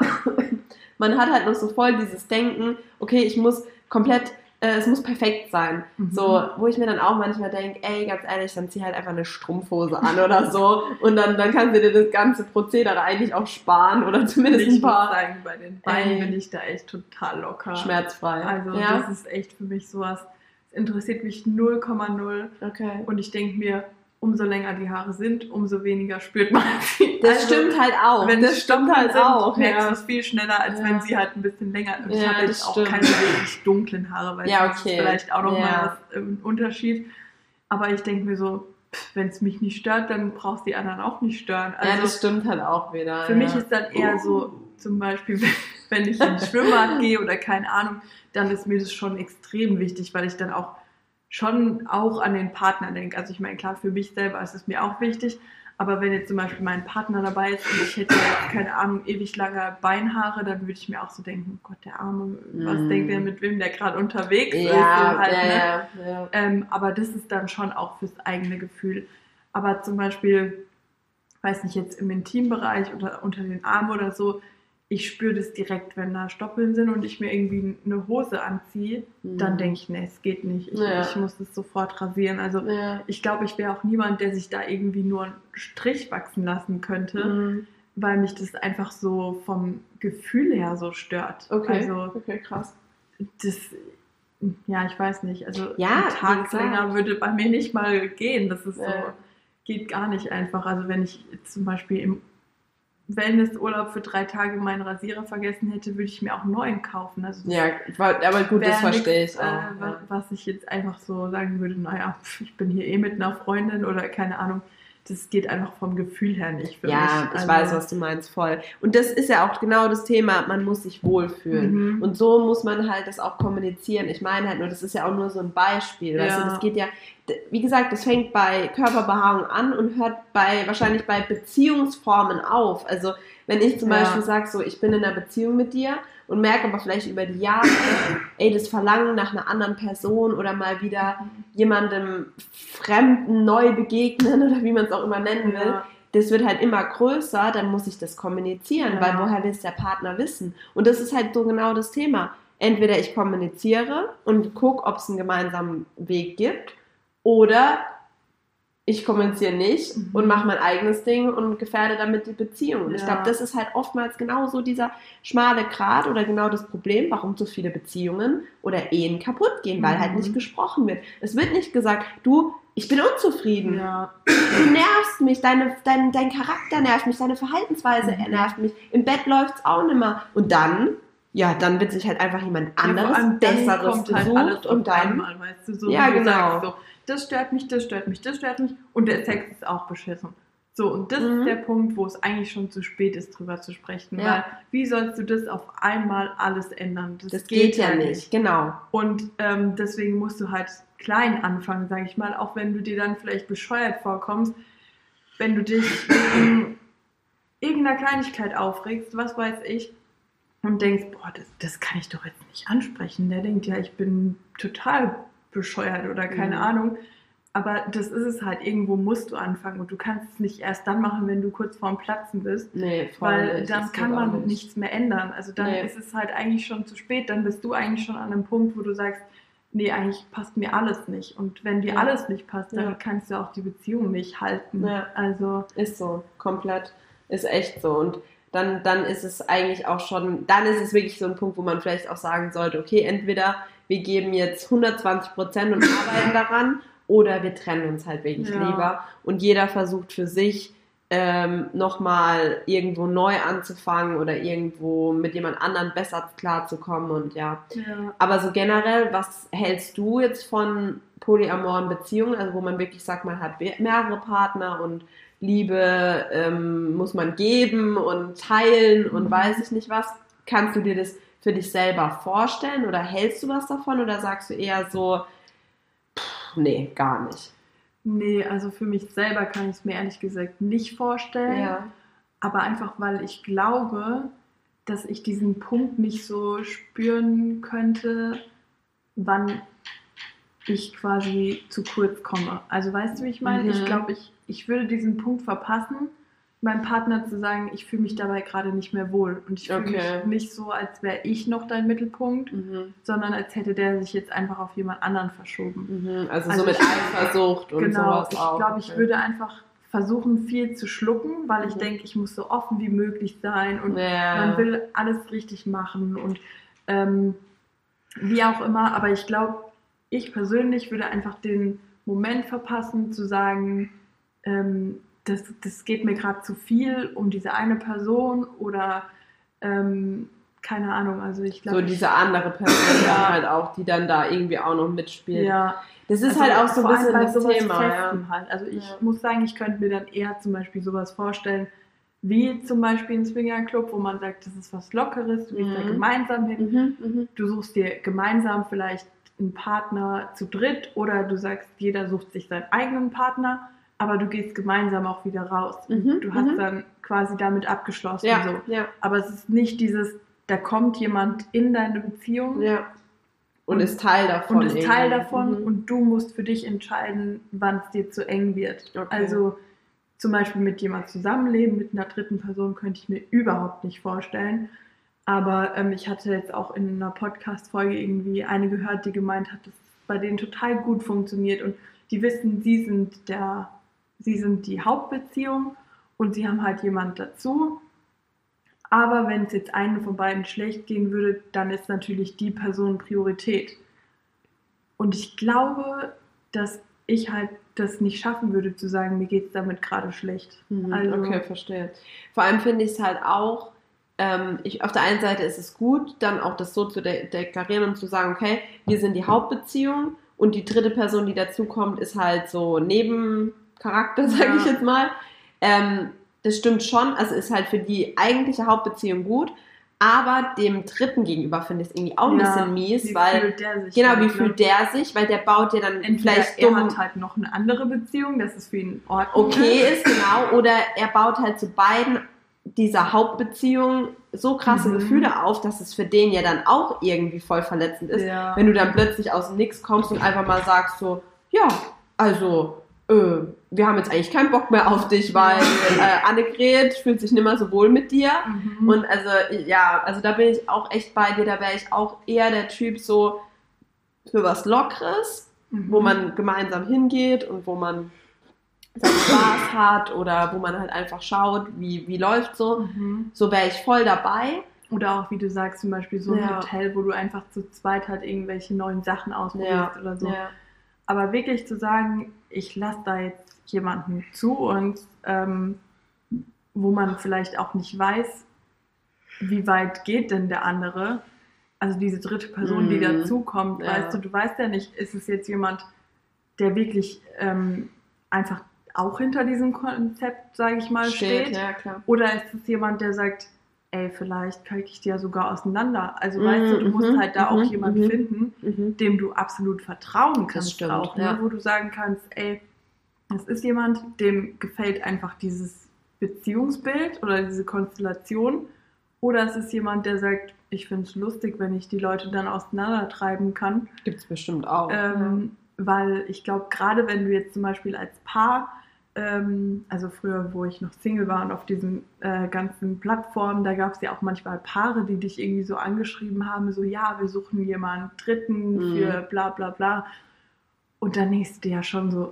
man hat halt noch so voll dieses Denken, okay, ich muss komplett, äh, es muss perfekt sein. Mhm. So, wo ich mir dann auch manchmal denke, ey, ganz ehrlich, dann zieh halt einfach eine Strumpfhose an oder so. Und dann, dann kannst du dir das ganze Prozedere eigentlich auch sparen oder zumindest ich ein muss paar sagen, bei den Beinen Ey. bin ich da echt total locker. schmerzfrei. Also ja? das ist echt für mich sowas, es interessiert mich null Komma null Okay. und ich denke mir, umso länger die Haare sind, umso weniger spürt man sie. Das Also, stimmt halt auch. Wenn das es stimmt Stoppeln halt sind, auch. merkst du Ja. es viel schneller, als Ja. wenn sie halt ein bisschen länger. Und ich Ja, habe jetzt das auch stimmt. keine wirklich dunklen Haare, weil Ja, das ist okay. vielleicht auch nochmal Ja. was ein Unterschied. Aber ich denke mir so, wenn es mich nicht stört, dann brauchst du die anderen auch nicht stören. Also ja, das stimmt halt auch wieder. für ja. mich ist dann eher so, zum Beispiel, wenn ich ins Schwimmbad gehe oder keine Ahnung, dann ist mir das schon extrem wichtig, weil ich dann auch schon auch an den Partner denke. Also ich meine, klar, für mich selber ist es mir auch wichtig, aber wenn jetzt zum Beispiel mein Partner dabei ist und ich hätte jetzt, keine Ahnung, ewig lange Beinhaare, dann würde ich mir auch so denken, oh Gott, der Arme, was Mm. denkt der, mit wem der gerade unterwegs ist? ja, So halt, ja, ne? ja, ja. Ähm, aber das ist dann schon auch fürs eigene Gefühl. Aber zum Beispiel, weiß nicht, jetzt im Intimbereich oder unter den Armen oder so, ich spüre das direkt, wenn da Stoppeln sind und ich mir irgendwie eine Hose anziehe, Mhm. dann denke ich, nee, es geht nicht. Ich, Ja. ich muss das sofort rasieren. Also Ja. ich glaube, ich wäre auch niemand, der sich da irgendwie nur einen Strich wachsen lassen könnte, Mhm. weil mich das einfach so vom Gefühl her so stört. Okay. Also okay, krass. das, ja, ich weiß nicht. Also Ja, ein wie Tag gesagt. länger würde bei mir nicht mal gehen. Das ist so, Ja. geht gar nicht einfach. Also wenn ich jetzt zum Beispiel im Wellnessurlaub für drei Tage meinen Rasierer vergessen hätte, würde ich mir auch einen neuen kaufen. Also das Ja, aber gut, das wäre verstehe nix, ich auch. Äh, ja. was, was ich jetzt einfach so sagen würde, naja, pf, ich bin hier eh mit einer Freundin oder keine Ahnung. Das geht einfach vom Gefühl her nicht für mich. Ja, ich Also, weiß, was du meinst, voll. Und das ist ja auch genau das Thema, man muss sich wohlfühlen. Mhm. Und so muss man halt das auch kommunizieren. Ich meine halt nur, das ist ja auch nur so ein Beispiel. Weißt Ja. du, das geht ja, d- wie gesagt, das fängt bei Körperbehaarung an und hört bei wahrscheinlich bei Beziehungsformen auf. Also wenn ich zum Ja. Beispiel sage, so ich bin in einer Beziehung mit dir und merke aber vielleicht über die Jahre, ey, das Verlangen nach einer anderen Person oder mal wieder jemandem Fremden neu begegnen oder wie man es auch immer nennen will, Ja. das wird halt immer größer, dann muss ich das kommunizieren, Ja. weil woher will es der Partner wissen? Und das ist halt so genau das Thema. Entweder ich kommuniziere und gucke, ob es einen gemeinsamen Weg gibt, oder ich kommuniziere nicht Mhm. und mache mein eigenes Ding und gefährde damit die Beziehung. Und ich Ja. glaube, das ist halt oftmals genau so dieser schmale Grat oder genau das Problem, warum so viele Beziehungen oder Ehen kaputt gehen, weil Mhm. halt nicht gesprochen wird. Es wird nicht gesagt, du, ich bin unzufrieden. Ja. Du nervst mich, deine, dein, dein Charakter nervt mich, deine Verhaltensweise Mhm. nervt mich. Im Bett läuft's auch nimmer. Und dann ja, dann wird sich halt einfach jemand Ja, anderes, vor allem dann Besseres kommt halt gesucht alles und auf dann, einmal, weißt du, so Ja, wie du genau. sagst, so, das stört mich, das stört mich, das stört mich und der Sex ist auch beschissen. So, und das Mhm. ist der Punkt, wo es eigentlich schon zu spät ist, drüber zu sprechen, Ja. weil wie sollst du das auf einmal alles ändern? das geht ja halt nicht, genau. Und ähm, deswegen musst du halt klein anfangen, sage ich mal, auch wenn du dir dann vielleicht bescheuert vorkommst, wenn du dich wegen irgendeiner Kleinigkeit aufregst, was weiß ich, und denkst, boah, das, das kann ich doch jetzt nicht ansprechen. Der denkt ja, ich bin total bescheuert oder keine Mhm. Ahnung. Aber das ist es halt, irgendwo musst du anfangen und du kannst es nicht erst dann machen, wenn du kurz vorm Platzen bist, Nee, voll weil nicht. dann Das kann geht auch man nicht. nichts mehr ändern. Also dann Nee. ist es halt eigentlich schon zu spät, dann bist du eigentlich schon an einem Punkt, wo du sagst, nee, eigentlich passt mir alles nicht. Und wenn dir Ja. alles nicht passt, dann Ja. kannst du auch die Beziehung nicht halten. Ja. Also Ist so, komplett. Ist echt so. Und dann, dann ist es eigentlich auch schon, dann ist es wirklich so ein Punkt, wo man vielleicht auch sagen sollte, okay, entweder wir geben jetzt hundertzwanzig Prozent und arbeiten daran oder wir trennen uns halt wirklich Ja. lieber und jeder versucht für sich ähm, nochmal irgendwo neu anzufangen oder irgendwo mit jemand anderem besser klarzukommen und ja. ja. Aber so generell, was hältst du jetzt von polyamoren Beziehungen, also wo man wirklich sagt, man hat mehrere Partner und Liebe ähm, muss man geben und teilen und Mhm. weiß ich nicht was. Kannst du dir das für dich selber vorstellen oder hältst du was davon oder sagst du eher so, pff, nee, gar nicht? Nee, also für mich selber kann ich es mir ehrlich gesagt nicht vorstellen. Ja. Aber einfach, weil ich glaube, dass ich diesen Punkt nicht so spüren könnte, wann ich quasi zu kurz komme. Also weißt du, wie ich meine? Mhm. Ich glaube, ich, ich würde diesen Punkt verpassen, meinem Partner zu sagen, ich fühle mich dabei gerade nicht mehr wohl. Und ich fühle Okay. mich nicht so, als wäre ich noch dein Mittelpunkt, Mhm. sondern als hätte der sich jetzt einfach auf jemand anderen verschoben. Mhm. Also, Also so mit ich- Eifersucht und Genau, sowas ich auch. glaube, ich Okay. würde einfach versuchen, viel zu schlucken, weil ich Mhm. denke, ich muss so offen wie möglich sein und Ja. man will alles richtig machen und ähm, wie auch immer. Aber ich glaube, ich persönlich würde einfach den Moment verpassen, zu sagen, ähm, das, das geht mir gerade zu viel um diese eine Person oder ähm, keine Ahnung. Also ich glaube, So diese andere Person Ja. dann halt auch, die dann da irgendwie auch noch mitspielt. ja. Das ist Also halt auch so vor ein allem bisschen bei das sowas Thema. Ja. Festem halt. Also ich Ja. muss sagen, ich könnte mir dann eher zum Beispiel sowas vorstellen, wie zum Beispiel ein Swingerclub, wo man sagt, das ist was Lockeres, du gehst da Mhm. gemeinsam hin, Mhm, mhm. du suchst dir gemeinsam vielleicht einen Partner zu dritt oder du sagst, jeder sucht sich seinen eigenen Partner, aber du gehst gemeinsam auch wieder raus. Mhm, Du hast mhm. dann quasi damit abgeschlossen. Ja, So. ja, Aber es ist nicht dieses, da kommt jemand in deine Beziehung ja. Und, Und- ist Teil davon. und ist Teil irgendwie. davon Mhm. und du musst für dich entscheiden, wann es dir zu eng wird. Okay. Also zum Beispiel mit jemandem zusammenleben, mit einer dritten Person könnte ich mir überhaupt nicht vorstellen. Aber ähm, ich hatte jetzt auch in einer Podcast-Folge irgendwie eine gehört, die gemeint hat, dass es bei denen total gut funktioniert und die wissen, sie sind der, sie sind die Hauptbeziehung und sie haben halt jemand dazu. Aber wenn es jetzt einem von beiden schlecht gehen würde, dann ist natürlich die Person Priorität. Und ich glaube, dass ich halt das nicht schaffen würde, zu sagen, mir geht es damit gerade schlecht. Mhm, Also- okay, verstehe. Vor allem finde ich es halt auch, ähm, ich, auf der einen Seite ist es gut, dann auch das so zu de- deklarieren und zu sagen, okay, wir sind die Hauptbeziehung und die dritte Person, die dazukommt, ist halt so Nebencharakter, sage Ja. ich jetzt mal. Ähm, das stimmt schon, also ist halt für die eigentliche Hauptbeziehung gut, aber dem Dritten gegenüber finde ich es irgendwie auch ein Ja, bisschen mies, wie weil, fühlt der sich genau, halt, wie ne? fühlt der sich, weil der baut dir dann Entweder vielleicht er dumm hat halt noch eine andere Beziehung, das ist für ihn in Ordnung. okay ist, genau, oder er baut halt zu beiden dieser Hauptbeziehung so krasse Mhm. Gefühle auf, dass es für den ja dann auch irgendwie voll verletzend ist, Ja. wenn du dann plötzlich aus dem Nix kommst und einfach mal sagst so, ja, also, äh, wir haben jetzt eigentlich keinen Bock mehr auf dich, weil äh, Annegret fühlt sich nicht mehr so wohl mit dir. Mhm. Und also, ja, also da bin ich auch echt bei dir, da wäre ich auch eher der Typ so für was Lockeres, Mhm. wo man gemeinsam hingeht und wo man seinen Spaß hat oder wo man halt einfach schaut, wie, wie läuft so. Mhm. So wäre ich voll dabei. Oder auch, wie du sagst, zum Beispiel so ein Ja. Hotel, wo du einfach zu zweit halt irgendwelche neuen Sachen ausprobierst oder so. ja. Aber wirklich zu sagen, ich lasse da jetzt jemanden zu und ähm, wo man vielleicht auch nicht weiß, wie weit geht denn der andere? Also diese dritte Person, Mm. die dazukommt, Ja. weißt du, du weißt ja nicht, ist es jetzt jemand, der wirklich ähm, einfach auch hinter diesem Konzept, sage ich mal, steht? Ja, klar. Oder ist es jemand, der sagt, ey, vielleicht kalk ich dir ja sogar auseinander. Also Mm, weißt du, du musst mhm, halt da mhm, auch jemanden mhm. finden, Mhm. dem du absolut vertrauen kannst stimmt, auch, ne? ja. Wo du sagen kannst, ey, das ist jemand, dem gefällt einfach dieses Beziehungsbild oder diese Konstellation. Oder es ist jemand, der sagt, ich finde es lustig, wenn ich die Leute dann auseinandertreiben kann. Gibt es bestimmt auch. Ähm, Weil ich glaube, gerade wenn du jetzt zum Beispiel als Paar, ähm, also früher, wo ich noch Single war und auf diesen äh, ganzen Plattformen, da gab es ja auch manchmal Paare, die dich irgendwie so angeschrieben haben, so ja, wir suchen jemanden Dritten Mhm. für bla bla bla. Und dann denkst du dir ja schon so,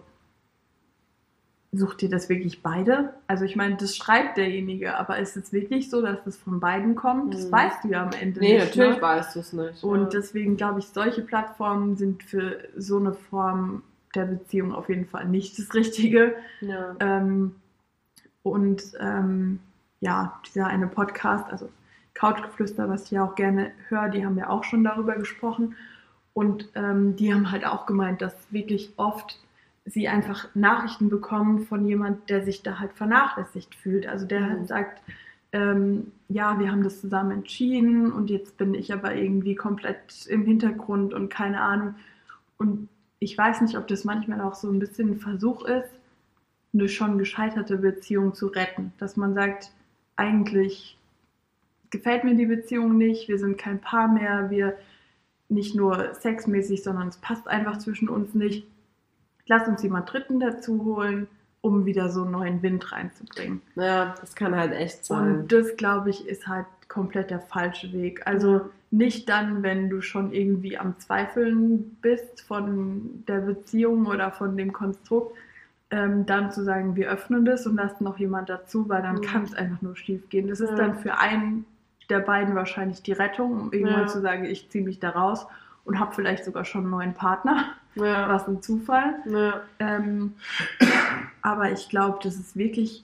sucht ihr das wirklich beide? Also ich meine, das schreibt derjenige, aber ist es wirklich so, dass es von beiden kommt? Das Mhm. weißt du ja am Ende Nee, nicht. natürlich Ne? weißt du es nicht. Und ja. deswegen glaube ich, solche Plattformen sind für so eine Form der Beziehung auf jeden Fall nicht das Richtige. Ja. Ähm, und ähm, ja, dieser eine Podcast, also Couchgeflüster, was ich ja auch gerne höre, die haben ja auch schon darüber gesprochen. Und ähm, die haben halt auch gemeint, dass wirklich oft sie einfach Nachrichten bekommen von jemand, der sich da halt vernachlässigt fühlt. Also der Mhm. halt sagt, ähm, ja, wir haben das zusammen entschieden und jetzt bin ich aber irgendwie komplett im Hintergrund und keine Ahnung. Und ich weiß nicht, ob das manchmal auch so ein bisschen ein Versuch ist, eine schon gescheiterte Beziehung zu retten. Dass man sagt, eigentlich gefällt mir die Beziehung nicht, wir sind kein Paar mehr, wir nicht nur sexmäßig, sondern es passt einfach zwischen uns nicht. Lass uns jemand Dritten dazu holen, um wieder so einen neuen Wind reinzubringen. Ja, das kann halt echt sein. Und das, glaube ich, ist halt komplett der falsche Weg. Also Ja. nicht dann, wenn du schon irgendwie am Zweifeln bist von der Beziehung oder von dem Konstrukt, ähm, dann zu sagen, wir öffnen das und lassen noch jemand dazu, weil dann Mhm. kann es einfach nur schief gehen. Das ist Ja. dann für einen der beiden wahrscheinlich die Rettung, um irgendwann Ja. zu sagen, ich ziehe mich da raus und habe vielleicht sogar schon einen neuen Partner. Ja. Was ein Zufall. Ja. Ähm, aber ich glaube, das ist wirklich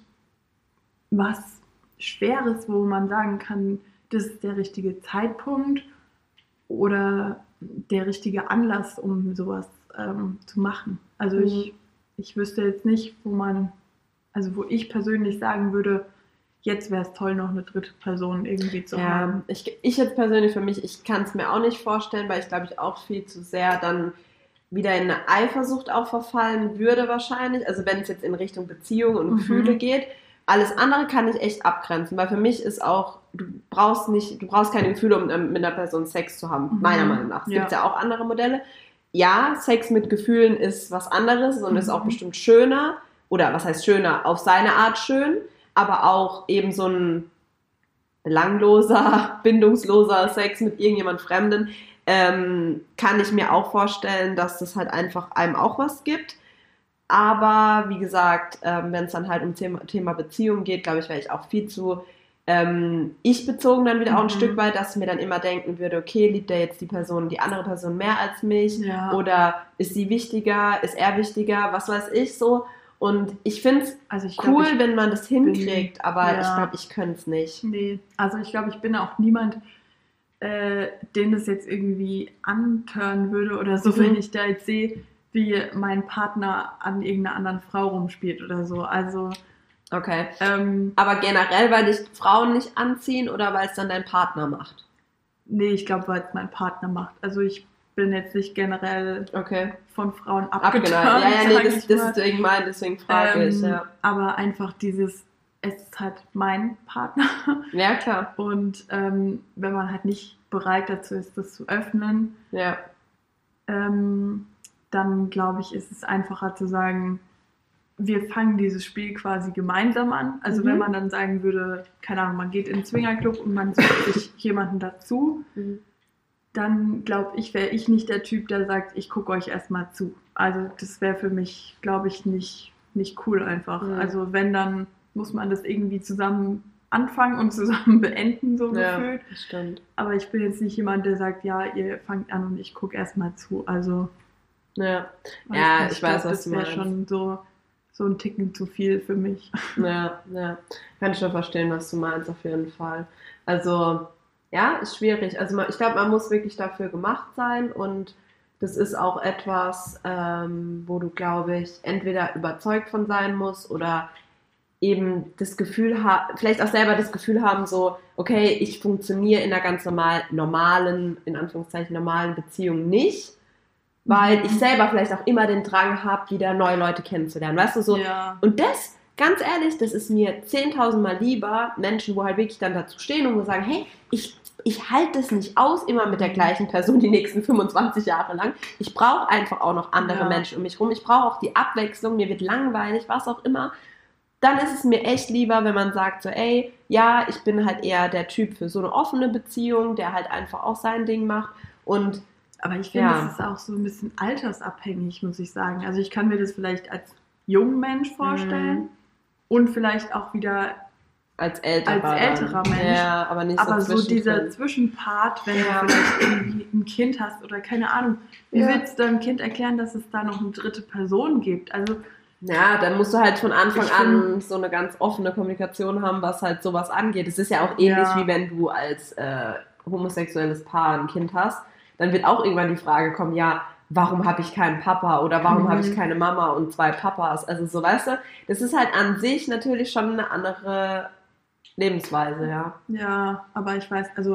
was Schweres, wo man sagen kann, das ist der richtige Zeitpunkt oder der richtige Anlass, um sowas ähm, zu machen. Also Mhm. ich, ich wüsste jetzt nicht, wo man, also wo ich persönlich sagen würde, jetzt wäre es toll, noch eine dritte Person irgendwie zu Ja, haben. ich, ich jetzt persönlich für mich, ich kann es mir auch nicht vorstellen, weil ich glaube ich auch viel zu sehr dann wieder in eine Eifersucht auch verfallen würde wahrscheinlich. Also wenn es jetzt in Richtung Beziehung und Mhm. Gefühle geht. Alles andere kann ich echt abgrenzen, weil für mich ist auch, du brauchst nicht, du brauchst keine Gefühle, um mit einer Person Sex zu haben, Mhm. meiner Meinung nach. Es Ja. gibt ja auch andere Modelle. Ja, Sex mit Gefühlen ist was anderes und Mhm. ist auch bestimmt schöner, oder was heißt schöner, auf seine Art schön, aber auch eben so ein belangloser, bindungsloser Sex mit irgendjemand Fremden, ähm, kann ich mir auch vorstellen, dass das halt einfach einem auch was gibt. Aber wie gesagt, ähm, wenn es dann halt um Thema, Thema Beziehung geht, glaube ich, wäre ich auch viel zu ähm, ich-bezogen dann wieder auch ein Mhm. Stück weit, dass ich mir dann immer denken würde, okay, liebt er jetzt die Person, die andere Person mehr als mich? Ja. Oder ist sie wichtiger, ist er wichtiger, was weiß ich so. Und ich finde es Also ich cool, glaub, ich wenn man das hinkriegt, aber ja. ich glaube, ich könnte es nicht. Nee, also ich glaube, ich bin auch niemand, äh, den das jetzt irgendwie antören würde oder so, Mhm. wenn ich da jetzt sehe, wie mein Partner an irgendeiner anderen Frau rumspielt oder so. Also, Okay. ähm, Aber generell, weil dich Frauen nicht anziehen oder weil es dann dein Partner macht? nee, ich glaube, weil es mein Partner macht. Also ich bin jetzt nicht generell Okay. von Frauen Abgeneigt. abgetan. Ja, ja, nee, sag das, ich das mal. ist deswegen mein, deswegen frage ich, Ähm, ja. Aber einfach dieses, es ist halt mein Partner. Ja, klar. Und ähm, wenn man halt nicht bereit dazu ist, das zu öffnen, Ja. ähm, dann glaube ich, ist es einfacher zu sagen, wir fangen dieses Spiel quasi gemeinsam an. Also Mhm. wenn man dann sagen würde, keine Ahnung, man geht in den Swingerclub und man sucht sich jemanden dazu, Mhm. dann glaube ich, wäre ich nicht der Typ, der sagt, ich gucke euch erstmal zu. Also das wäre für mich, glaube ich, nicht, nicht cool einfach. Mhm. Also wenn, dann muss man das irgendwie zusammen anfangen und zusammen beenden, so Ja, gefühlt. das stimmt. Aber ich bin jetzt nicht jemand, der sagt, ja, ihr fangt an und ich gucke erstmal zu. Also Ja, weiß ja nicht, ich weiß, glaub, was du das wäre meinst. schon so so ein Ticken zu viel für mich. Ja, ja. Kann ich schon verstehen, was du meinst, auf jeden Fall. Also, ja, ist schwierig. Also man, ich glaube, man muss wirklich dafür gemacht sein und das ist auch etwas, ähm, wo du, glaube ich, entweder überzeugt von sein musst oder eben das Gefühl haben, vielleicht auch selber das Gefühl haben, so, okay, ich funktioniere in einer ganz normal, normalen, in Anführungszeichen normalen Beziehung nicht, weil Mhm. ich selber vielleicht auch immer den Drang habe, wieder neue Leute kennenzulernen, weißt du, so. Ja. Und das, ganz ehrlich, das ist mir zehntausendmal lieber, Menschen, wo halt wirklich dann dazu stehen und wo sagen, hey, ich, ich halte es nicht aus, immer mit der gleichen Person die nächsten fünfundzwanzig Jahre lang. Ich brauche einfach auch noch andere Ja. Menschen um mich rum. Ich brauche auch die Abwechslung, mir wird langweilig, was auch immer. Dann ist es mir echt lieber, wenn man sagt so, ey, ja, ich bin halt eher der Typ für so eine offene Beziehung, der halt einfach auch sein Ding macht und Aber ich finde, Ja. das ist auch so ein bisschen altersabhängig, muss ich sagen. Also ich kann mir das vielleicht als junger Mensch vorstellen Mhm. und vielleicht auch wieder als älterer, Als älterer dann. Mensch. Ja, aber nicht Aber so so dieser zwischendrin. Zwischenpart, wenn Ja. du vielleicht irgendwie ein Kind hast oder keine Ahnung, wie Ja. willst du deinem Kind erklären, dass es da noch eine dritte Person gibt? Also Ja, dann musst du halt von Anfang Ich an find- so eine ganz offene Kommunikation haben, was halt sowas angeht. Es ist ja auch ähnlich, Ja. wie wenn du als äh, homosexuelles Paar ein Kind hast. Dann wird auch irgendwann die Frage kommen, ja, warum habe ich keinen Papa oder warum Mhm. habe ich keine Mama und zwei Papas? Also so, weißt du, das ist halt an sich natürlich schon eine andere Lebensweise, ja. ja, aber ich weiß, also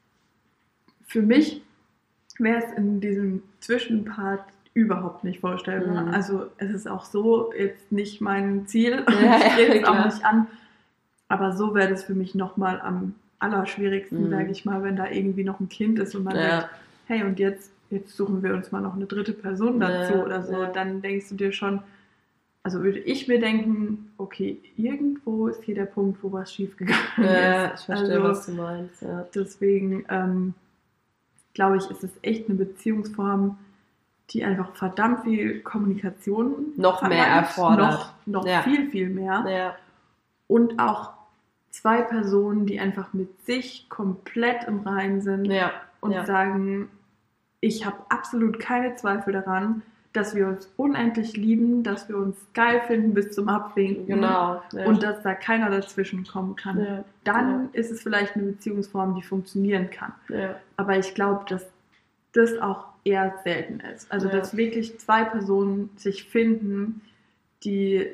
für mich wäre es in diesem Zwischenpart überhaupt nicht vorstellbar. Mhm. Also es ist auch so jetzt nicht mein Ziel. Ja, ich gehe ja, es auch klar. nicht an. Aber so wäre das für mich nochmal am allerschwierigsten, Mhm. sage ich mal, wenn da irgendwie noch ein Kind ist und man Ja. sagt, hey, und jetzt, jetzt suchen wir uns mal noch eine dritte Person dazu Ja, oder so. ja. Dann denkst du dir schon, also würde ich mir denken, okay, irgendwo ist hier der Punkt, wo was schiefgegangen Ja, ist. ich verstehe, also, was du meinst, ja. Deswegen ähm, glaube ich, ist es echt eine Beziehungsform, die einfach verdammt viel Kommunikation Noch mehr verlangt. erfordert. Noch, noch Ja. viel, viel mehr. Ja, Und auch zwei Personen, die einfach mit sich komplett im Reinen sind ja, und ja. sagen, ich habe absolut keine Zweifel daran, dass wir uns unendlich lieben, dass wir uns geil finden bis zum Abwinken. Genau. Ja. Und dass da keiner dazwischen kommen kann. ja. Dann ist es vielleicht eine Beziehungsform, die funktionieren kann. Ja. Aber ich glaube, dass das auch eher selten ist. Also, Ja. dass wirklich zwei Personen sich finden, die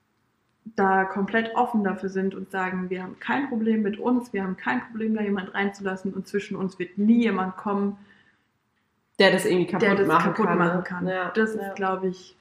da komplett offen dafür sind und sagen, wir haben kein Problem mit uns, wir haben kein Problem, da jemand reinzulassen und zwischen uns wird nie jemand kommen, Der das irgendwie kaputt, der das machen, kaputt kann, machen ne? kann. Ja. Das ja. ist, glaube ich,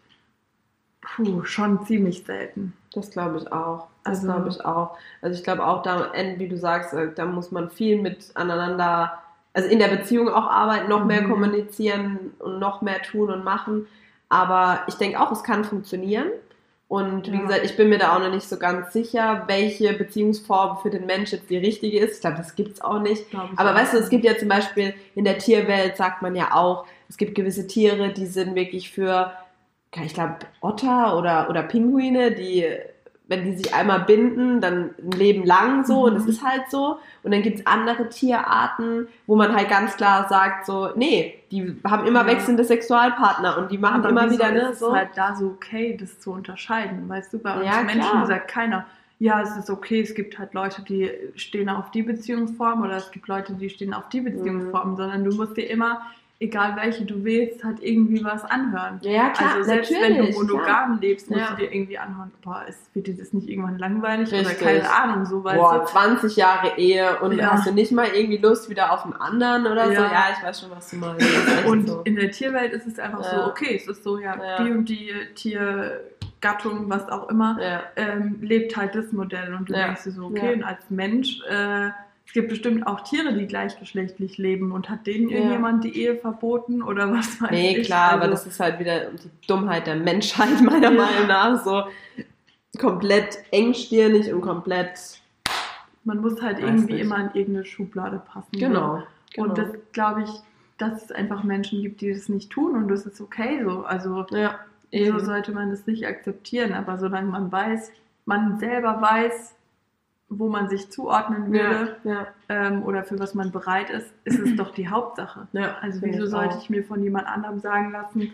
puh, schon ziemlich selten. Das glaube ich auch. Das Also- glaube ich auch. Also ich glaube auch, da, wie du sagst, äh, da muss man viel mit aneinander, also in der Beziehung auch arbeiten, noch mehr Mhm. kommunizieren und noch mehr tun und machen. Aber ich denke auch, es kann funktionieren. Und wie Ja. gesagt, ich bin mir da auch noch nicht so ganz sicher, welche Beziehungsform für den Mensch jetzt die richtige ist. Ich glaube, das gibt es auch nicht. Glaub ich Aber auch. weißt du, es gibt ja zum Beispiel in der Tierwelt, sagt man ja auch, es gibt gewisse Tiere, die sind wirklich für, ja, ich glaube, Otter oder, oder Pinguine, die, wenn die sich einmal binden, dann ein Leben lang so, Mhm. und das ist halt so. Und dann gibt es andere Tierarten, wo man halt ganz klar sagt, so, nee, die haben immer Ja. wechselnde Sexualpartner und die machen Aber immer wieso wieder, ne, ist so. es halt da so okay, das zu unterscheiden? Weißt du, bei uns Ja, Menschen klar. sagt keiner, ja, es ist okay, es gibt halt Leute, die stehen auf die Beziehungsform oder es gibt Leute, die stehen auf die Beziehungsform, Mhm. sondern du musst dir immer, egal welche du wählst, halt irgendwie was anhören. Ja, klar, Also selbst wenn du natürlich, monogam lebst, musst Ja. du dir irgendwie anhören, boah, es wird dir das nicht irgendwann langweilig Richtig. oder keine Ahnung, so weißt Boah, du. zwanzig Jahre Ehe und Ja. hast du nicht mal irgendwie Lust wieder auf einen anderen oder so? Ja. Ja, ich weiß schon, was du meinst. Das ist echt Und so. in der Tierwelt ist es einfach Ja. so, okay, es ist so, ja, Ja. die und die Tiergattung, was auch immer, Ja. ähm, lebt halt das Modell und du Ja. denkst dir so, okay, Ja. und als Mensch, äh, es gibt bestimmt auch Tiere, die gleichgeschlechtlich leben und hat denen Ja. irgendjemand die Ehe verboten oder was weiß Nee, ich. klar, aber Also, das ist halt wieder die Dummheit der Menschheit, meiner Ja. Meinung nach. So komplett engstirnig und komplett. man muss halt Weiß irgendwie nicht. immer in irgendeine Schublade passen. Genau. genau. Und das glaube ich, dass es einfach Menschen gibt, die das nicht tun und das ist okay so. Also ja, so eben. sollte man das nicht akzeptieren, aber solange man weiß, man selber weiß, wo man sich zuordnen würde Ja, ja, ähm, oder für was man bereit ist, ist es doch die Hauptsache. ja. Also finde wieso ich sollte auch. ich mir von jemand anderem sagen lassen,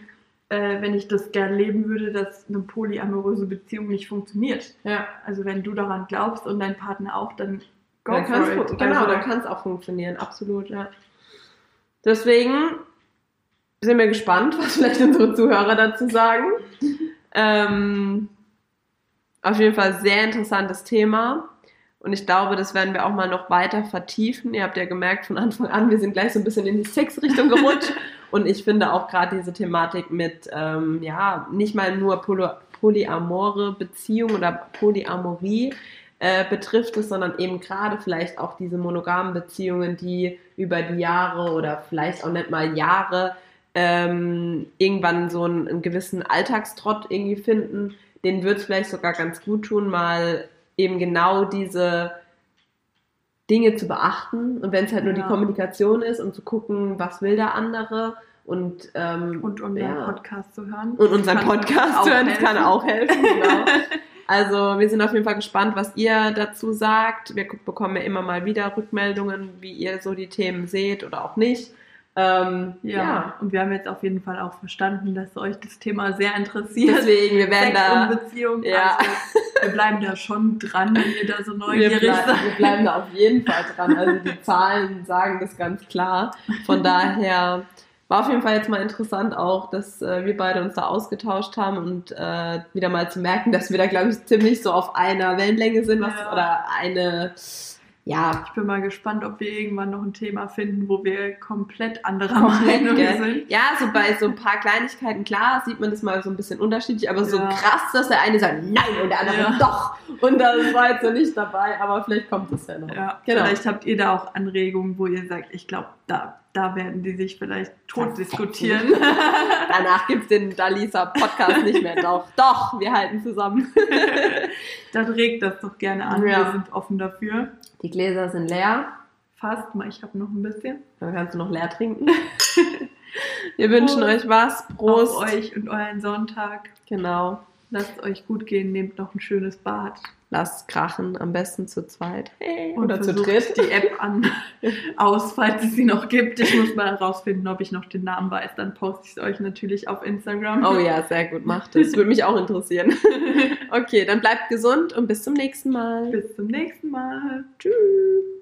äh, wenn ich das gern leben würde, dass eine polyamoröse Beziehung nicht funktioniert. Ja. Also wenn du daran glaubst und dein Partner auch, dann go Dann for kann's it. fu- genau, Also, dann kann es auch funktionieren, absolut, ja. Deswegen sind wir gespannt, was vielleicht unsere Zuhörer dazu sagen. Ähm, auf jeden Fall sehr interessantes Thema. Und ich glaube, das werden wir auch mal noch weiter vertiefen. Ihr habt ja gemerkt von Anfang an, wir sind gleich so ein bisschen in die Sexrichtung gerutscht. Und ich finde auch gerade diese Thematik mit, ähm, ja, nicht mal nur poly polyamore Beziehung oder Polyamorie äh, betrifft es, sondern eben gerade vielleicht auch diese monogamen Beziehungen, die über die Jahre oder vielleicht auch nicht mal Jahre ähm, irgendwann so einen, einen gewissen Alltagstrott irgendwie finden. Denen wird es vielleicht sogar ganz gut tun, mal eben genau diese Dinge zu beachten und wenn es halt nur Ja. die Kommunikation ist und zu gucken, was will der andere und ähm, und unseren ja. Podcast zu hören. und unseren Kann Podcast auch zu hören, das helfen. kann auch helfen, genau. Also wir sind auf jeden Fall gespannt, was ihr dazu sagt. Wir bekommen ja immer mal wieder Rückmeldungen, wie ihr so die Themen seht oder auch nicht. Ähm, Ja. ja. und wir haben jetzt auf jeden Fall auch verstanden, dass euch das Thema sehr interessiert. Deswegen, wir werden Sex da... und Beziehung. Ja. Also, wir bleiben da schon dran, wenn ihr da so Wir, neugierig blei seid. wir bleiben da auf jeden Fall dran. Also die Zahlen sagen das ganz klar. Von daher war auf jeden Fall jetzt mal interessant auch, dass äh, wir beide uns da ausgetauscht haben und äh, wieder mal zu merken, dass wir da, glaube ich, ziemlich so auf einer Wellenlänge sind was, Ja. oder eine, ja, Ich bin mal gespannt, ob wir irgendwann noch ein Thema finden, wo wir komplett anderer komplett, Meinung gell? sind. Ja, so bei so ein paar Kleinigkeiten, klar, sieht man das mal so ein bisschen unterschiedlich, aber so Ja. krass, dass der eine sagt, nein, und der andere Ja. doch. Und das war jetzt so nicht dabei, aber vielleicht kommt es ja noch. Ja, Genau. Vielleicht habt ihr da auch Anregungen, wo ihr sagt, ich glaube, da, da werden die sich vielleicht tot diskutieren. Danach gibt es den Dalisa-Podcast nicht mehr. Doch, doch, wir halten zusammen. Dann regt das doch gerne an. Ja. Wir sind offen dafür. Die Gläser sind leer. Fast mal, ich habe noch ein bisschen. Dann kannst du noch leer trinken. Wir wünschen Prost. euch was. Prost. Auf euch und euren Sonntag. Genau. Lasst es euch gut gehen, nehmt noch ein schönes Bad. Lasst krachen, am besten zu zweit. Hey, Und oder zu versucht dritt. die App an, aus, falls es sie noch gibt. Ich muss mal herausfinden, ob ich noch den Namen weiß. Dann poste ich es euch natürlich auf Instagram. Oh ja, sehr gut, macht das. Würde mich auch interessieren. Okay, dann bleibt gesund und bis zum nächsten Mal. Bis zum nächsten Mal. Tschüss.